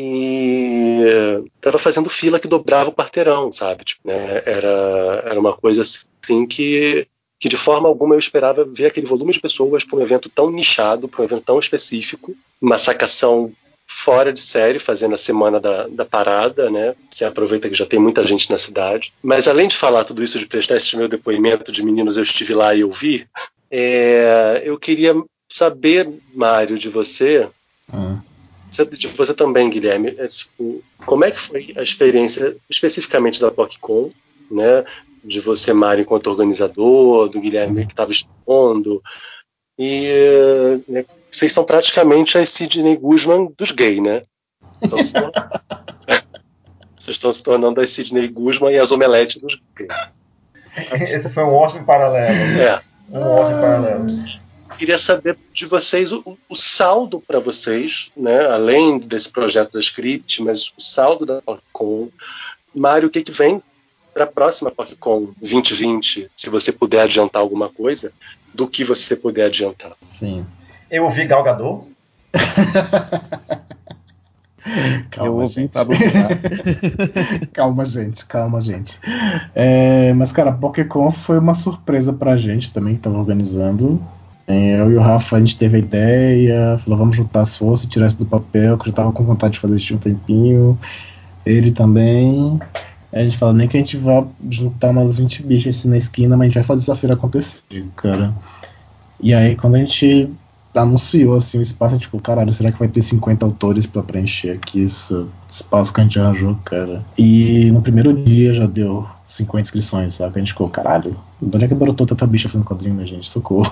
e tava fazendo fila que dobrava o quarteirão, sabe? Tipo, né? Era, era uma coisa assim que, que de forma alguma eu esperava ver aquele volume de pessoas para um evento tão nichado, para um evento tão específico, uma sacação fora de série, fazendo a semana da, da parada, né? Você aproveita que já tem muita gente na cidade. Mas além de falar tudo isso, de prestar esse meu depoimento de meninos, eu estive lá e eu vi, é, eu queria saber, Mário, de você... Hum. De você também, Guilherme, é, tipo, como é que foi a experiência especificamente da PocCon, né? De você, Mário, enquanto organizador, do Guilherme que estava expondo, e né, vocês são praticamente a Sidney Guzman dos gays, né? Então, vocês, estão... vocês estão se tornando a Sidney Guzman e as omeletes dos gays. Esse foi um ótimo paralelo. É. Um ótimo paralelo. Queria saber de vocês o, o saldo para vocês, né, além desse projeto da Script, mas o saldo da PocCon. Mário, o que, que vem para a próxima PocCon vinte e vinte, se você puder adiantar alguma coisa, do que você puder adiantar? Sim. Eu ouvi Gal Gadot. Calma, eu ouvi gente. Pablo calma, gente, calma, gente. É, mas, cara, a PocCon foi uma surpresa pra gente também, que tava organizando. Eu e o Rafa, a gente teve a ideia, falou, vamos juntar as forças e tirar isso do papel, que eu já tava com vontade de fazer isso há um tempinho. Ele também. A gente fala, nem que a gente vá juntar umas vinte bichas assim na esquina, mas a gente vai fazer essa feira acontecer, cara. E aí, quando a gente anunciou assim o espaço, tipo, caralho, será que vai ter cinquenta autores pra preencher aqui esse espaço que a gente arranjou, cara? E no primeiro dia já deu cinquenta inscrições, sabe? A gente ficou, caralho, de onde é que brotou tanta bicha fazendo quadrinho, né, gente? Socorro.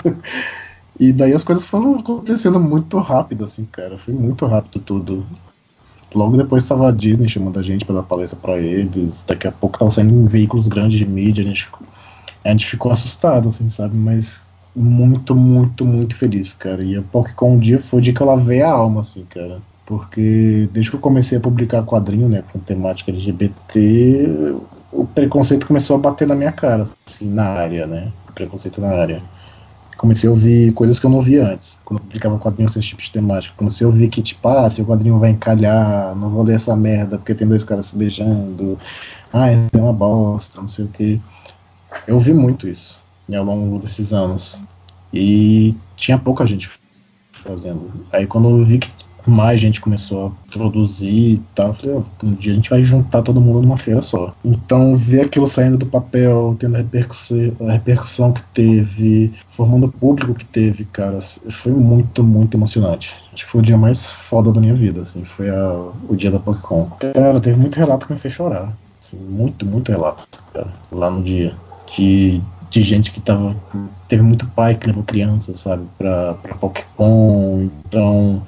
E daí as coisas foram acontecendo muito rápido, assim, cara. Foi muito rápido tudo. Logo depois estava a Disney chamando a gente para dar palestra para eles. Daqui a pouco tava saindo em veículos grandes de mídia. A gente, a gente ficou assustado, assim, sabe? Mas muito, muito, muito feliz, cara. E a PocCon um dia foi o dia que eu lavei a alma, assim, cara. Porque desde que eu comecei a publicar quadrinho, né, com temática L G B T, o preconceito começou a bater na minha cara, assim, na área, né? O preconceito na área. Comecei a ouvir coisas que eu não via antes, quando eu publicava quadrinhos desse tipo de temática. Comecei a ouvir que, tipo, ah, seu quadrinho vai encalhar, não vou ler essa merda porque tem dois caras se beijando, ah, isso é uma bosta, não sei o que. Eu ouvi muito isso, né, ao longo desses anos. E tinha pouca gente fazendo. Aí quando eu vi que mais gente começou a produzir e tal, eu falei, oh, um dia a gente vai juntar todo mundo numa feira só. Então ver aquilo saindo do papel, tendo a repercussão, a repercussão que teve, formando o público que teve, cara, foi muito, muito emocionante. Acho que foi o dia mais foda da minha vida, assim, foi a, o dia da PocCon. Cara, teve muito relato que me fez chorar. Assim, muito, muito relato, cara, lá no dia. De, de gente que tava. Teve muito pai que levou criança, sabe, pra, pra PocCon. Então,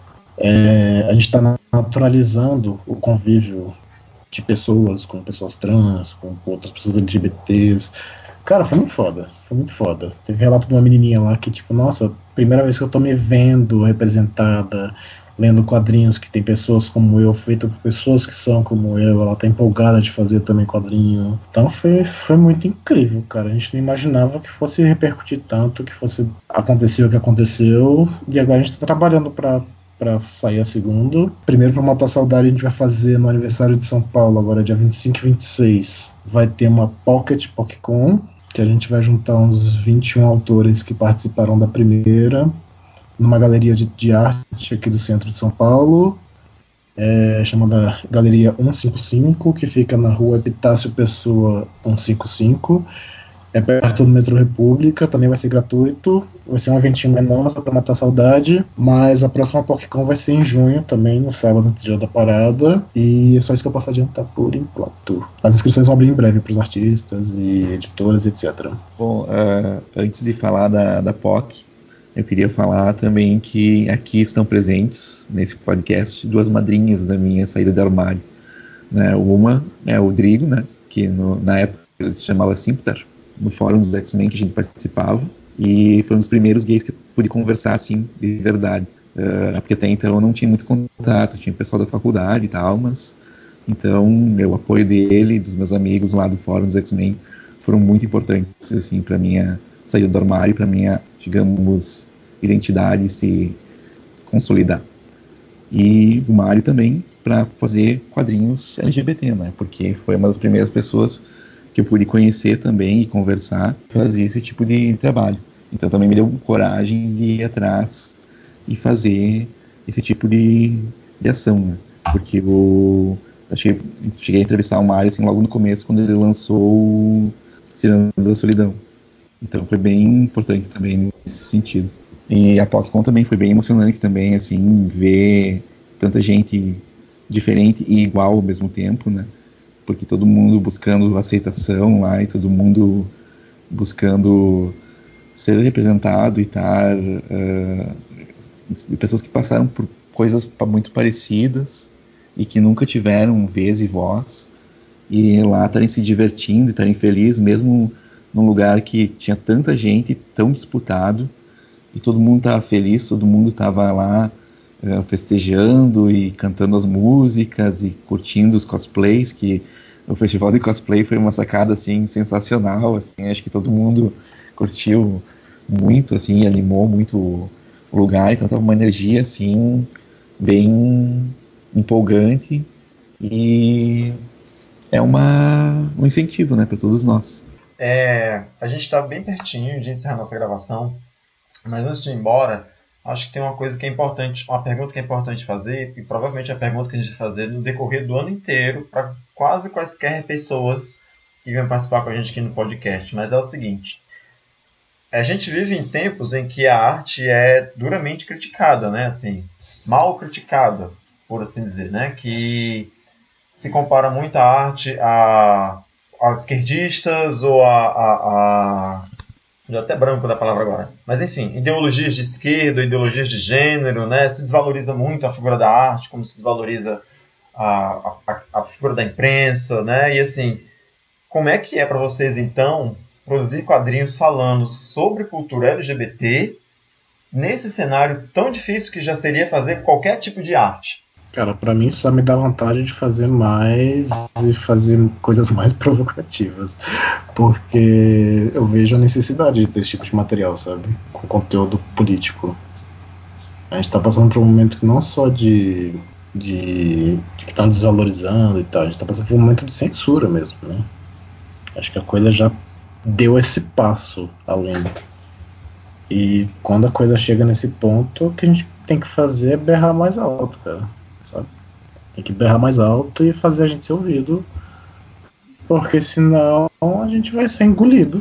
é, a gente está naturalizando o convívio de pessoas com pessoas trans, com outras pessoas L G B Ts. Cara, foi muito foda, foi muito foda. Teve relato de uma menininha lá que, tipo, nossa, primeira vez que eu tô me vendo representada, lendo quadrinhos que tem pessoas como eu, feito por pessoas que são como eu, ela tá empolgada de fazer também quadrinho. Então foi, foi muito incrível, cara. A gente não imaginava que fosse repercutir tanto, que fosse acontecer o que aconteceu, e agora a gente tá trabalhando pra para sair a segunda. Primeiro, para matar a saudade, a gente vai fazer no aniversário de São Paulo, agora dia vinte e cinco e vinte e seis. Vai ter uma Pocket PocCon, que a gente vai juntar uns vinte e um autores que participaram da primeira, numa galeria de, de arte aqui do centro de São Paulo, é, chamada Galeria cento e cinquenta e cinco, que fica na rua Epitácio Pessoa cento e cinquenta e cinco, é perto do Metrô República, também vai ser gratuito, vai ser um eventinho menor só para matar a saudade, mas a próxima PocCon vai ser em junho também, no sábado, no dia da parada, e é só isso que eu posso adiantar por enquanto. As inscrições vão abrir em breve para os artistas e editoras, etcétera. Bom, uh, antes de falar da, da P O C, eu queria falar também que aqui estão presentes nesse podcast duas madrinhas da minha saída do armário. Né? Uma é o Drigo, né? Que no, na época ele se chamava Simptar, no fórum dos X-Men que a gente participava, e foi um dos primeiros gays que eu pude conversar assim, de verdade. Uh, porque até então eu não tinha muito contato, tinha pessoal da faculdade e tal, mas então o apoio dele e dos meus amigos lá do fórum dos X-Men foram muito importantes assim, para minha saída do armário, para minha, digamos, identidade se consolidar. E o Mário também para fazer quadrinhos L G B T, né? Porque foi uma das primeiras pessoas que eu pude conhecer também e conversar, fazer esse tipo de trabalho. Então também me deu coragem de ir atrás e fazer esse tipo de, de ação, né? Porque eu, eu cheguei, cheguei a entrevistar o Mário assim, logo no começo, quando ele lançou o Ciranda da Solidão. Então foi bem importante também nesse sentido. E a PocCon também foi bem emocionante também, assim, ver tanta gente diferente e igual ao mesmo tempo, né? Porque todo mundo buscando aceitação lá e todo mundo buscando ser representado e estar... Uh, pessoas que passaram por coisas muito parecidas e que nunca tiveram vez e voz, e lá estarem se divertindo e estarem felizes, mesmo num lugar que tinha tanta gente, tão disputado, e todo mundo estava feliz, todo mundo estava lá uh, festejando e cantando as músicas e curtindo os cosplays, que o festival de cosplay foi uma sacada assim, sensacional, assim, acho que todo mundo curtiu muito, assim, animou muito o lugar, então estava uma energia assim, bem empolgante, e é uma, um incentivo, né, para todos nós. É, a gente está bem pertinho de encerrar nossa gravação, mas antes de ir embora, acho que tem uma coisa que é importante, uma pergunta que é importante fazer, e provavelmente é a pergunta que a gente vai fazer no decorrer do ano inteiro para quase quaisquer pessoas que vêm participar com a gente aqui no podcast. Mas é o seguinte: a gente vive em tempos em que a arte é duramente criticada, né? Assim, mal criticada, por assim dizer, né? Que se compara muito a arte a, a esquerdistas ou a, a, a já até branco da palavra agora. Mas enfim, ideologias de esquerda, ideologias de gênero, né? Se desvaloriza muito a figura da arte, como se desvaloriza a, a, a figura da imprensa, né? E assim, como é que é para vocês então produzir quadrinhos falando sobre cultura L G B T nesse cenário tão difícil que já seria fazer qualquer tipo de arte? Cara, pra mim só me dá vontade de fazer mais e fazer coisas mais provocativas, porque eu vejo a necessidade de ter esse tipo de material, sabe? Com conteúdo político. A gente tá passando por um momento que não só de, de, de que estão desvalorizando e tal, a gente tá passando por um momento de censura mesmo, né? Acho que a coisa já deu esse passo além. E quando a coisa chega nesse ponto, o que a gente tem que fazer é berrar mais alto, cara. Sabe? Tem que berrar mais alto e fazer a gente ser ouvido, porque senão a gente vai ser engolido,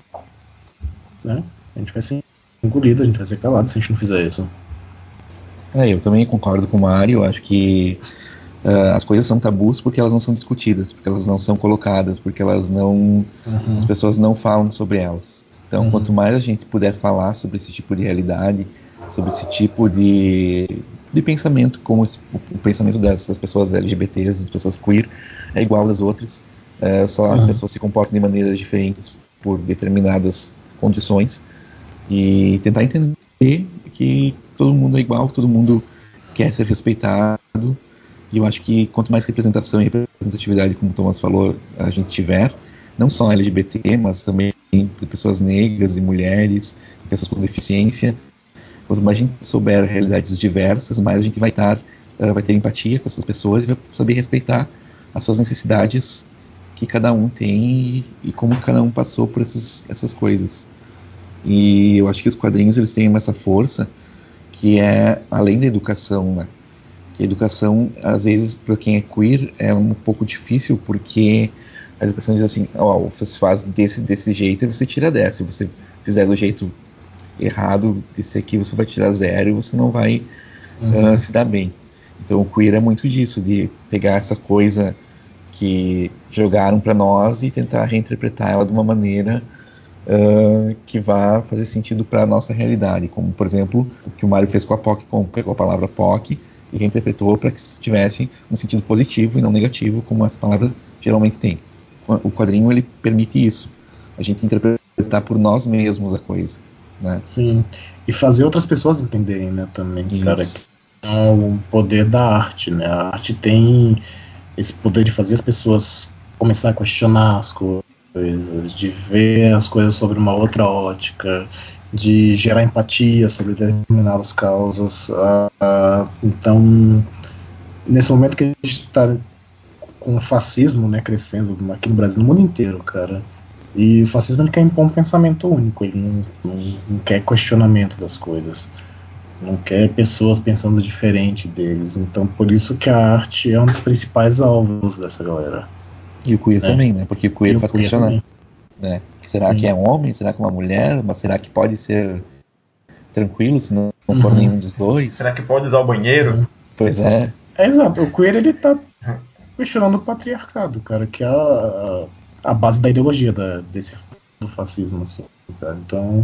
né? A gente vai ser engolido, a gente vai ser calado se a gente não fizer isso. É, eu também concordo com o Mário, acho que uh, as coisas são tabus porque elas não são discutidas, porque elas não são colocadas, porque elas não, uhum. as pessoas não falam sobre elas. Então, uhum. quanto mais a gente puder falar sobre esse tipo de realidade, sobre esse tipo de, de pensamento, como esse, o pensamento dessas pessoas L G B Ts, das pessoas queer, é igual das outras, é, só uhum. as pessoas se comportam de maneiras diferentes por determinadas condições, e tentar entender que todo mundo é igual, todo mundo quer ser respeitado, e eu acho que quanto mais representação e representatividade, como o Thomas falou, a gente tiver, não só L G B T, mas também de pessoas negras e mulheres, pessoas com deficiência, quanto mais a gente souber realidades diversas, mais a gente vai, tar, uh, vai ter empatia com essas pessoas e vai saber respeitar as suas necessidades que cada um tem e, e como cada um passou por essas, essas coisas. E eu acho que os quadrinhos eles têm essa força que é além da educação, né? Que a educação, às vezes, para quem é queer, é um pouco difícil, porque a educação diz assim, ó, oh, você faz desse, desse jeito e você tira dessa. Se você fizer do jeito errado, desse aqui você vai tirar zero e você não vai uhum. uh, se dar bem. Então o queer é muito disso, de pegar essa coisa que jogaram para nós e tentar reinterpretar ela de uma maneira uh, que vá fazer sentido para a nossa realidade. Como, por exemplo, o que o Mário fez com a P O C, com, pegou a palavra P O C e reinterpretou para que tivesse um sentido positivo e não negativo, como essa palavra geralmente tem. O quadrinho ele permite isso, a gente interpretar por nós mesmos a coisa, né? Sim, e fazer outras pessoas entenderem, né, também, isso. Cara, é o poder da arte, né? A arte tem esse poder de fazer as pessoas começar a questionar as coisas, de ver as coisas sobre uma outra ótica, de gerar empatia sobre determinadas causas. Uh, uh, então, nesse momento que a gente está com o fascismo, né, crescendo aqui no Brasil, no mundo inteiro, cara, e o fascismo ele quer impor um pensamento único, ele não, não, não quer questionamento das coisas, não quer pessoas pensando diferente deles. Então, por isso que a arte é um dos principais alvos dessa galera. E o queer é. também, né? Porque o queer e faz o queer questionar. Né? Será Sim. que é um homem? Será que é uma mulher? Mas será que pode ser tranquilo se não, não uhum. for nenhum dos dois? Será que pode usar o banheiro? Uhum. Pois é. É exato. O queer ele tá questionando o patriarcado, cara, que é a, a base da ideologia da, desse, do fascismo, assim, cara. Então,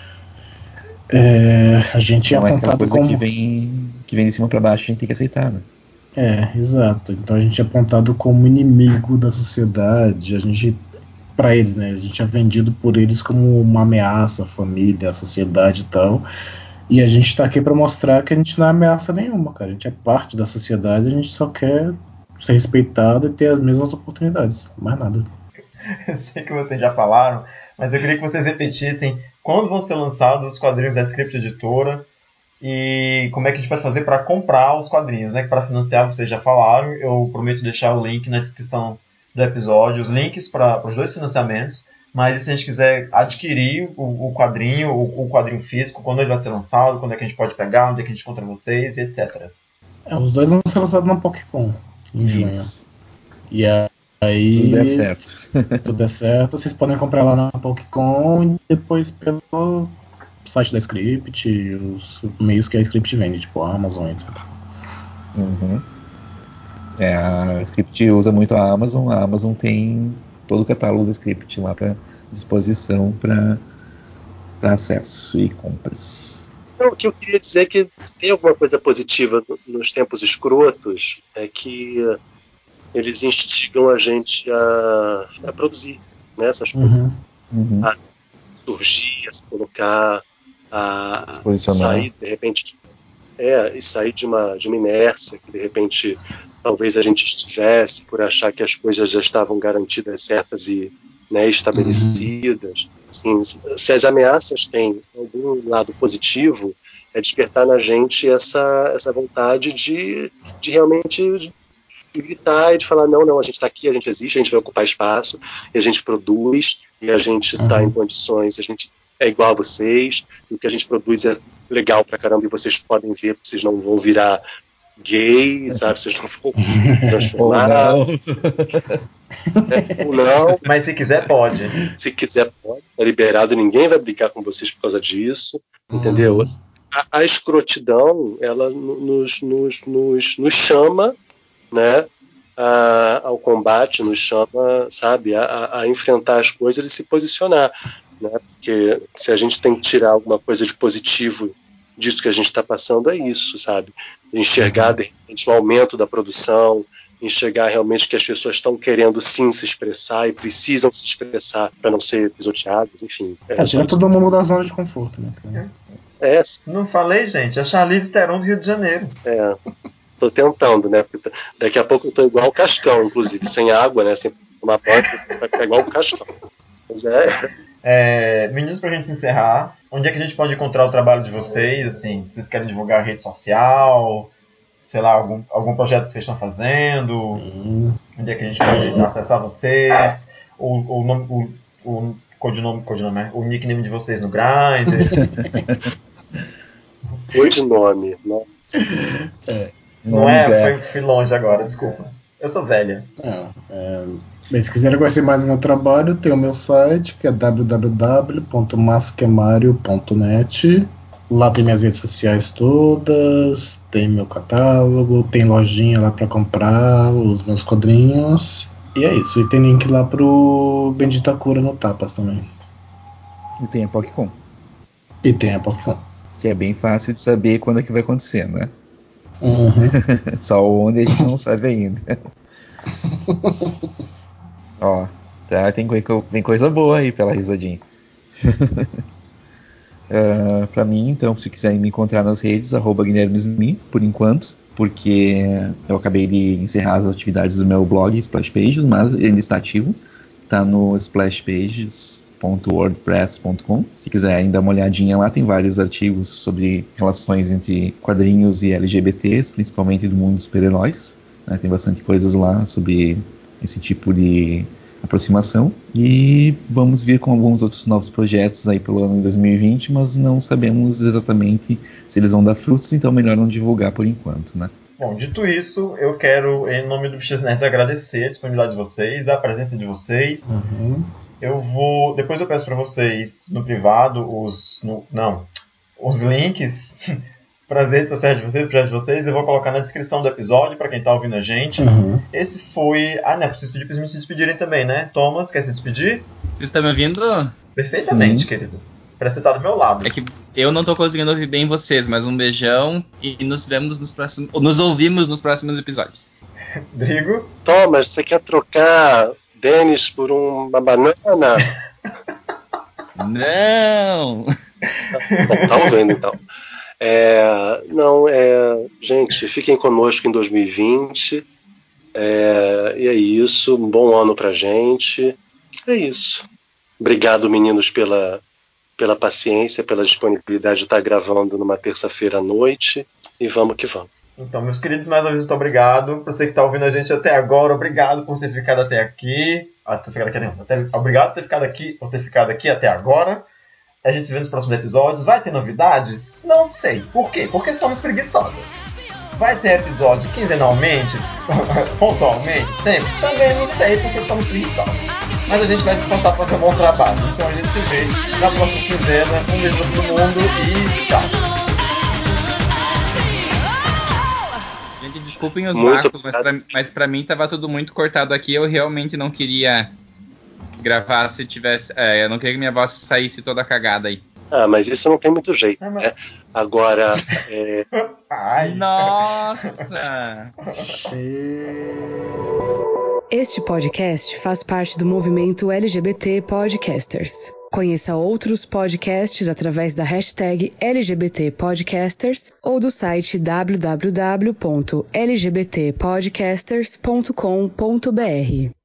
é, a gente não é apontado apontado coisa como... que vem, que vem de cima para baixo, a gente tem que aceitar, né? É, exato. Então a gente é apontado como inimigo da sociedade, a gente, para eles, né, a gente é vendido por eles como uma ameaça à família, à sociedade e tal. E a gente tá aqui para mostrar que a gente não é ameaça nenhuma, cara. A gente é parte da sociedade, a gente só quer ser respeitado e ter as mesmas oportunidades, mais nada. Eu sei que vocês já falaram, mas eu queria que vocês repetissem quando vão ser lançados os quadrinhos da Script Editora e como é que a gente vai fazer para comprar os quadrinhos, né? Para financiar, vocês já falaram, eu prometo deixar o link na descrição do episódio, os links para os dois financiamentos, mas se a gente quiser adquirir o, o quadrinho, o, o quadrinho físico, quando ele vai ser lançado, quando é que a gente pode pegar, onde é que a gente encontra vocês, e etcétera. É, os dois vão ser lançados na PocCon em junho. E aí, se tudo der certo. Se tudo der certo, vocês podem comprar lá na PocCon e depois pelo site da Script, os meios que a Script vende, tipo a Amazon, etcétera. Uhum. É, a Script usa muito a Amazon, a Amazon tem todo o catálogo da Script lá para disposição para acesso e compras. Então, o que eu queria dizer é que tem alguma coisa positiva nos tempos escrotos, é que eles instigam a gente a, a produzir, né, essas coisas, uhum. Uhum. a surgir, a se colocar, a se posicionar. sair de repente, é, e sair de uma, de uma inércia que de repente talvez a gente estivesse por achar que as coisas já estavam garantidas, certas e, né, estabelecidas. Assim, se as ameaças têm algum lado positivo, é despertar na gente essa, essa vontade de, de realmente de gritar e de falar, não, não, a gente está aqui, a gente existe, a gente vai ocupar espaço, e a gente produz, e a gente está uhum. em condições, a gente é igual a vocês, e o que a gente produz é legal pra caramba, e vocês podem ver, porque vocês não vão virar gay, sabe, vocês não vão transformar. Ou não. É, ou não. Mas se quiser, pode. Se quiser, pode, tá liberado, ninguém vai brigar com vocês por causa disso, entendeu? Uhum. A, a escrotidão, ela nos, nos, nos, nos chama, né, a, ao combate, nos chama, sabe, a, a enfrentar as coisas e se posicionar, né, porque se a gente tem que tirar alguma coisa de positivo disso que a gente está passando, é isso, sabe, enxergar de repente o aumento da produção, enxergar realmente que as pessoas estão querendo sim se expressar e precisam se expressar para não ser pisoteadas, enfim. É, tira todo mundo da zona de conforto, né, cara? É, não falei, gente, a Charlize Theron do Rio de Janeiro. É, tô tentando, né? Porque daqui a pouco eu tô igual o Cascão, inclusive, sem água, né? Sem tomar banho, vai ficar igual o Cascão. Mas é... é. Meninos, pra gente encerrar, onde é que a gente pode encontrar o trabalho de vocês? Assim, vocês querem divulgar a rede social? sei lá, algum, algum projeto que vocês estão fazendo, Hum. onde é que a gente pode acessar vocês, o, o, nome, o, o codinome, codinome, é? O nickname de vocês no Grindr. Codinome, nossa. Não é? Foi, fui longe agora, desculpa. Eu sou velha. É, é, bem, se quiserem conhecer mais do meu trabalho, tem o meu site, que é w w w ponto masquemario ponto net. Lá tem minhas redes sociais todas, tem meu catálogo, tem lojinha lá pra comprar os meus quadrinhos. E é isso. E tem link lá pro Bendita Cura no Tapas também. E tem a PocCon, E tem a Pokémon. que é bem fácil de saber quando é que vai acontecer, né? Uhum. Só onde a gente não sabe ainda. Ó, tá, tem, coi- tem coisa boa aí pela risadinha. Uh, pra mim, então, se quiserem me encontrar nas redes, arroba guilhermesmi, por enquanto, porque eu acabei de encerrar as atividades do meu blog Splash Pages, mas ele está ativo, tá no splashpages ponto wordpress ponto com. Se quiserem dar uma olhadinha lá, tem vários artigos sobre relações entre quadrinhos e L G B Ts, principalmente do mundo dos super-heróis, né? Tem bastante coisas lá sobre esse tipo de aproximação, e vamos vir com alguns outros novos projetos aí pelo ano de dois mil e vinte, mas não sabemos exatamente se eles vão dar frutos, então melhor não divulgar por enquanto, né? Bom, dito isso, eu quero, em nome do Bichas Nerds, agradecer a disponibilidade de vocês, a presença de vocês. Uhum. Eu vou. Depois eu peço para vocês no privado os. No, não. Os links para as redes sociais de vocês, projetos de vocês, eu vou colocar na descrição do episódio para quem está ouvindo a gente. Uhum. Esse foi. Ah, né? Preciso pedir para vocês se despedirem também, né? Thomas, quer se despedir? Vocês estão me ouvindo? Perfeitamente, Sim. querido. Parece que você tá do meu lado. É que eu não tô conseguindo ouvir bem vocês, mas um beijão e nos vemos nos próximos. Nos ouvimos nos próximos episódios. Rodrigo? Thomas, você quer trocar Denis por uma banana? Não! Bom, tá ouvindo então. É, não, é, gente, fiquem conosco em dois mil e vinte. É, e é isso. Um bom ano pra gente. É isso. Obrigado, meninos, pela, pela paciência, pela disponibilidade de estar gravando numa terça-feira à noite. E vamos que vamos. Então, meus queridos, mais uma vez, muito obrigado. Pra você que tá ouvindo a gente até agora, obrigado por ter ficado até aqui. Ah, ter ficado aqui não. Até, obrigado por ter ficado aqui, por ter ficado aqui até agora. A gente se vê nos próximos episódios. Vai ter novidade? Não sei. Por quê? Porque somos preguiçosas. Vai ter episódio quinzenalmente? Pontualmente? Sempre? Também não sei, porque somos preguiçosas. Mas a gente vai se esforçar para fazer um bom trabalho. Então a gente se vê na próxima quinzena. Um beijo pra todo mundo e tchau. Gente, desculpem os Muito vácuos, mas pra, mas pra mim tava tudo muito cortado aqui. Eu realmente não queria gravar se tivesse. É, eu não queria que minha voz saísse toda cagada aí. Ah, mas isso não tem muito jeito, Ah, mas- né? Agora, é, Ai. Nossa! Este podcast faz parte do movimento L G B T Podcasters. Conheça outros podcasts através da hashtag L G B T Podcasters ou do site w w w ponto l g b t podcasters ponto com ponto b r.